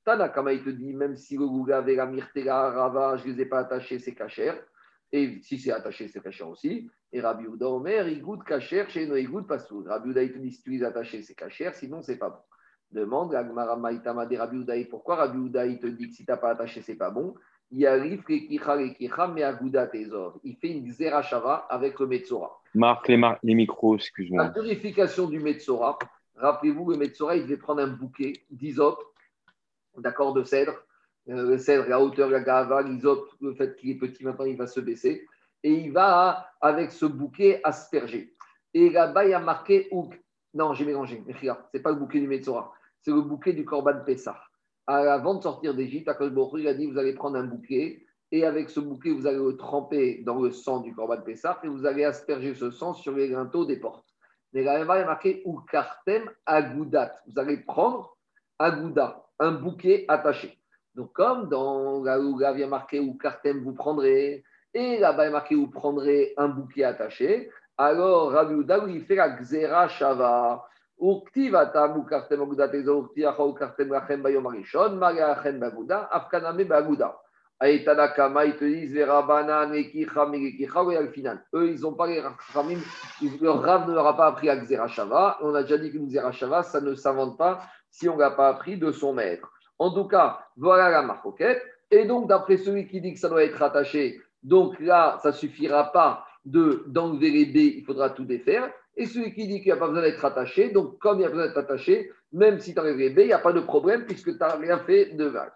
Tanakama, il te dit, même si le Goulav et la Myrtela, Rava, je ne les ai pas attachés, c'est cachère. Et si c'est attaché, c'est cachère aussi. Et Rabbi Ouda Omer, il goûte cachère, chez nous, il goûte pas sous. Rabbi Ouda, il te dit, si tu les attaches, c'est cachère, sinon, c'est pas bon. Demande la Gemara Maïtama de Rabbi Ouda, et pourquoi Rabbi Ouda, il te dit que si tu n'as pas attaché, c'est pas bon. Il arrive mais Agouda Tezor. Il fait une Zerachava avec le Metzora. Marc, les, mar- les micros, La excuse-moi. purification du Metzora, rappelez-vous, le Metzora, il devait prendre un bouquet d'hysope, d'accord, de cèdre. Euh, le cèdre, la hauteur, la gava, l'hysope, le fait qu'il est petit maintenant, il va se baisser. Et il va, avec ce bouquet, asperger. Et là-bas, il y a marqué Ouk. Non, j'ai mélangé. C'est pas le bouquet du Metzora, c'est le bouquet du Korban Pessah. Avant de sortir d'Égypte, Akadosh Baruch Hu, il a dit vous allez prendre un bouquet et avec ce bouquet, vous allez le tremper dans le sang du Korban Pessah et vous allez asperger ce sang sur les linteaux des portes. Mais là-bas, il y a marqué Ukartem Agoudat. Vous allez prendre Agouda, un bouquet attaché. Donc, comme dans là où il y a marqué Ukartem, vous prendrez, et là-bas, il y a marqué vous prendrez un bouquet attaché, alors Rabbi Ouda, il fait la Gzera Shava. Uktivata mukartem aguda tezo uktiacha ukartem lachem bayom arishon mariachem baguda afkaname baguda. Aïtana kama ils te disent verabana nekicha mekicha et al final. Eux ils ont pas les rachamim, leur rav ne leur a pas appris à Gzera Shava. On a déjà dit qu'une Gzera Shava ça ne s'invente pas si on l'a pas appris de son maître. En tout cas voilà la marcoquette. Et donc d'après celui qui dit que ça doit être attaché, donc là ça suffira pas de d'enlever les baies, il faudra tout défaire. Et celui qui dit qu'il n'y a pas besoin d'être attaché, donc comme il n'y a pas besoin d'être attaché, même si tu enlèves les baies, il n'y a pas de problème puisque tu n'as rien fait de mal.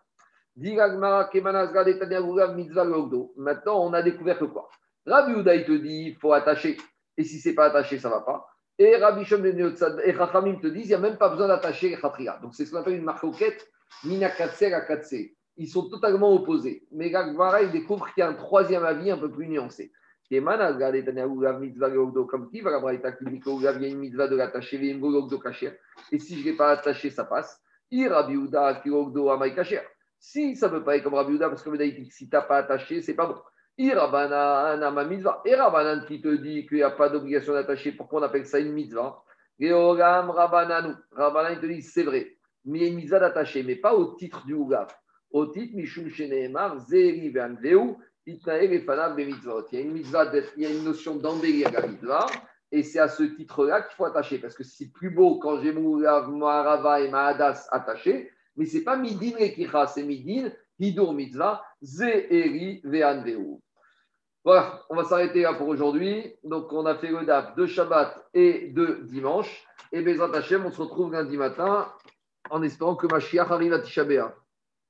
Maintenant, on a découvert que quoi Rabbi Ouda, il te dit il faut attacher. Et si ce n'est pas attaché, ça ne va pas. Et Rabbi Shom et Chachamim te disent il n'y a même pas besoin d'attacher les Khatria. Donc c'est ce qu'on appelle une marcoquette, Mina Katse à Katse. Ils sont totalement opposés. Mais Gagmara, il découvre qu'il y a un troisième avis un peu plus nuancé. Comme qui va la braïta qui dit qu'il y a une mitzvah de l'attacher, et si je ne l'ai pas attaché, ça passe. Si ça ne peut pas être comme Rabbi Ouda, parce que si tu n'as pas attaché, c'est pas bon. Et Rabbanan qui te dit qu'il n'y a pas d'obligation d'attacher, pourquoi on appelle ça une mitzvah? Rabbanan, il te dit c'est vrai, mais il y a une mitzvah d'attacher, mais pas au titre du Ougav. Au titre, Mishum Sheneemar, Zeri Ve'anveu. Il y a une mitzvah, il y a une notion d'embellir la mitzvah, et c'est à ce titre-là qu'il faut attacher, parce que c'est plus beau quand j'ai ma rava et ma hadas attachés, mais ce n'est pas midin rekicha, c'est midin hidur mitzvah, ze'eri ve'anveu. Voilà, on va s'arrêter là pour aujourd'hui. Donc on a fait le daf de Shabbat et de dimanche, et Bezrat Hashem, on se retrouve lundi matin en espérant que Mashiach arrive à Tisha B'Av.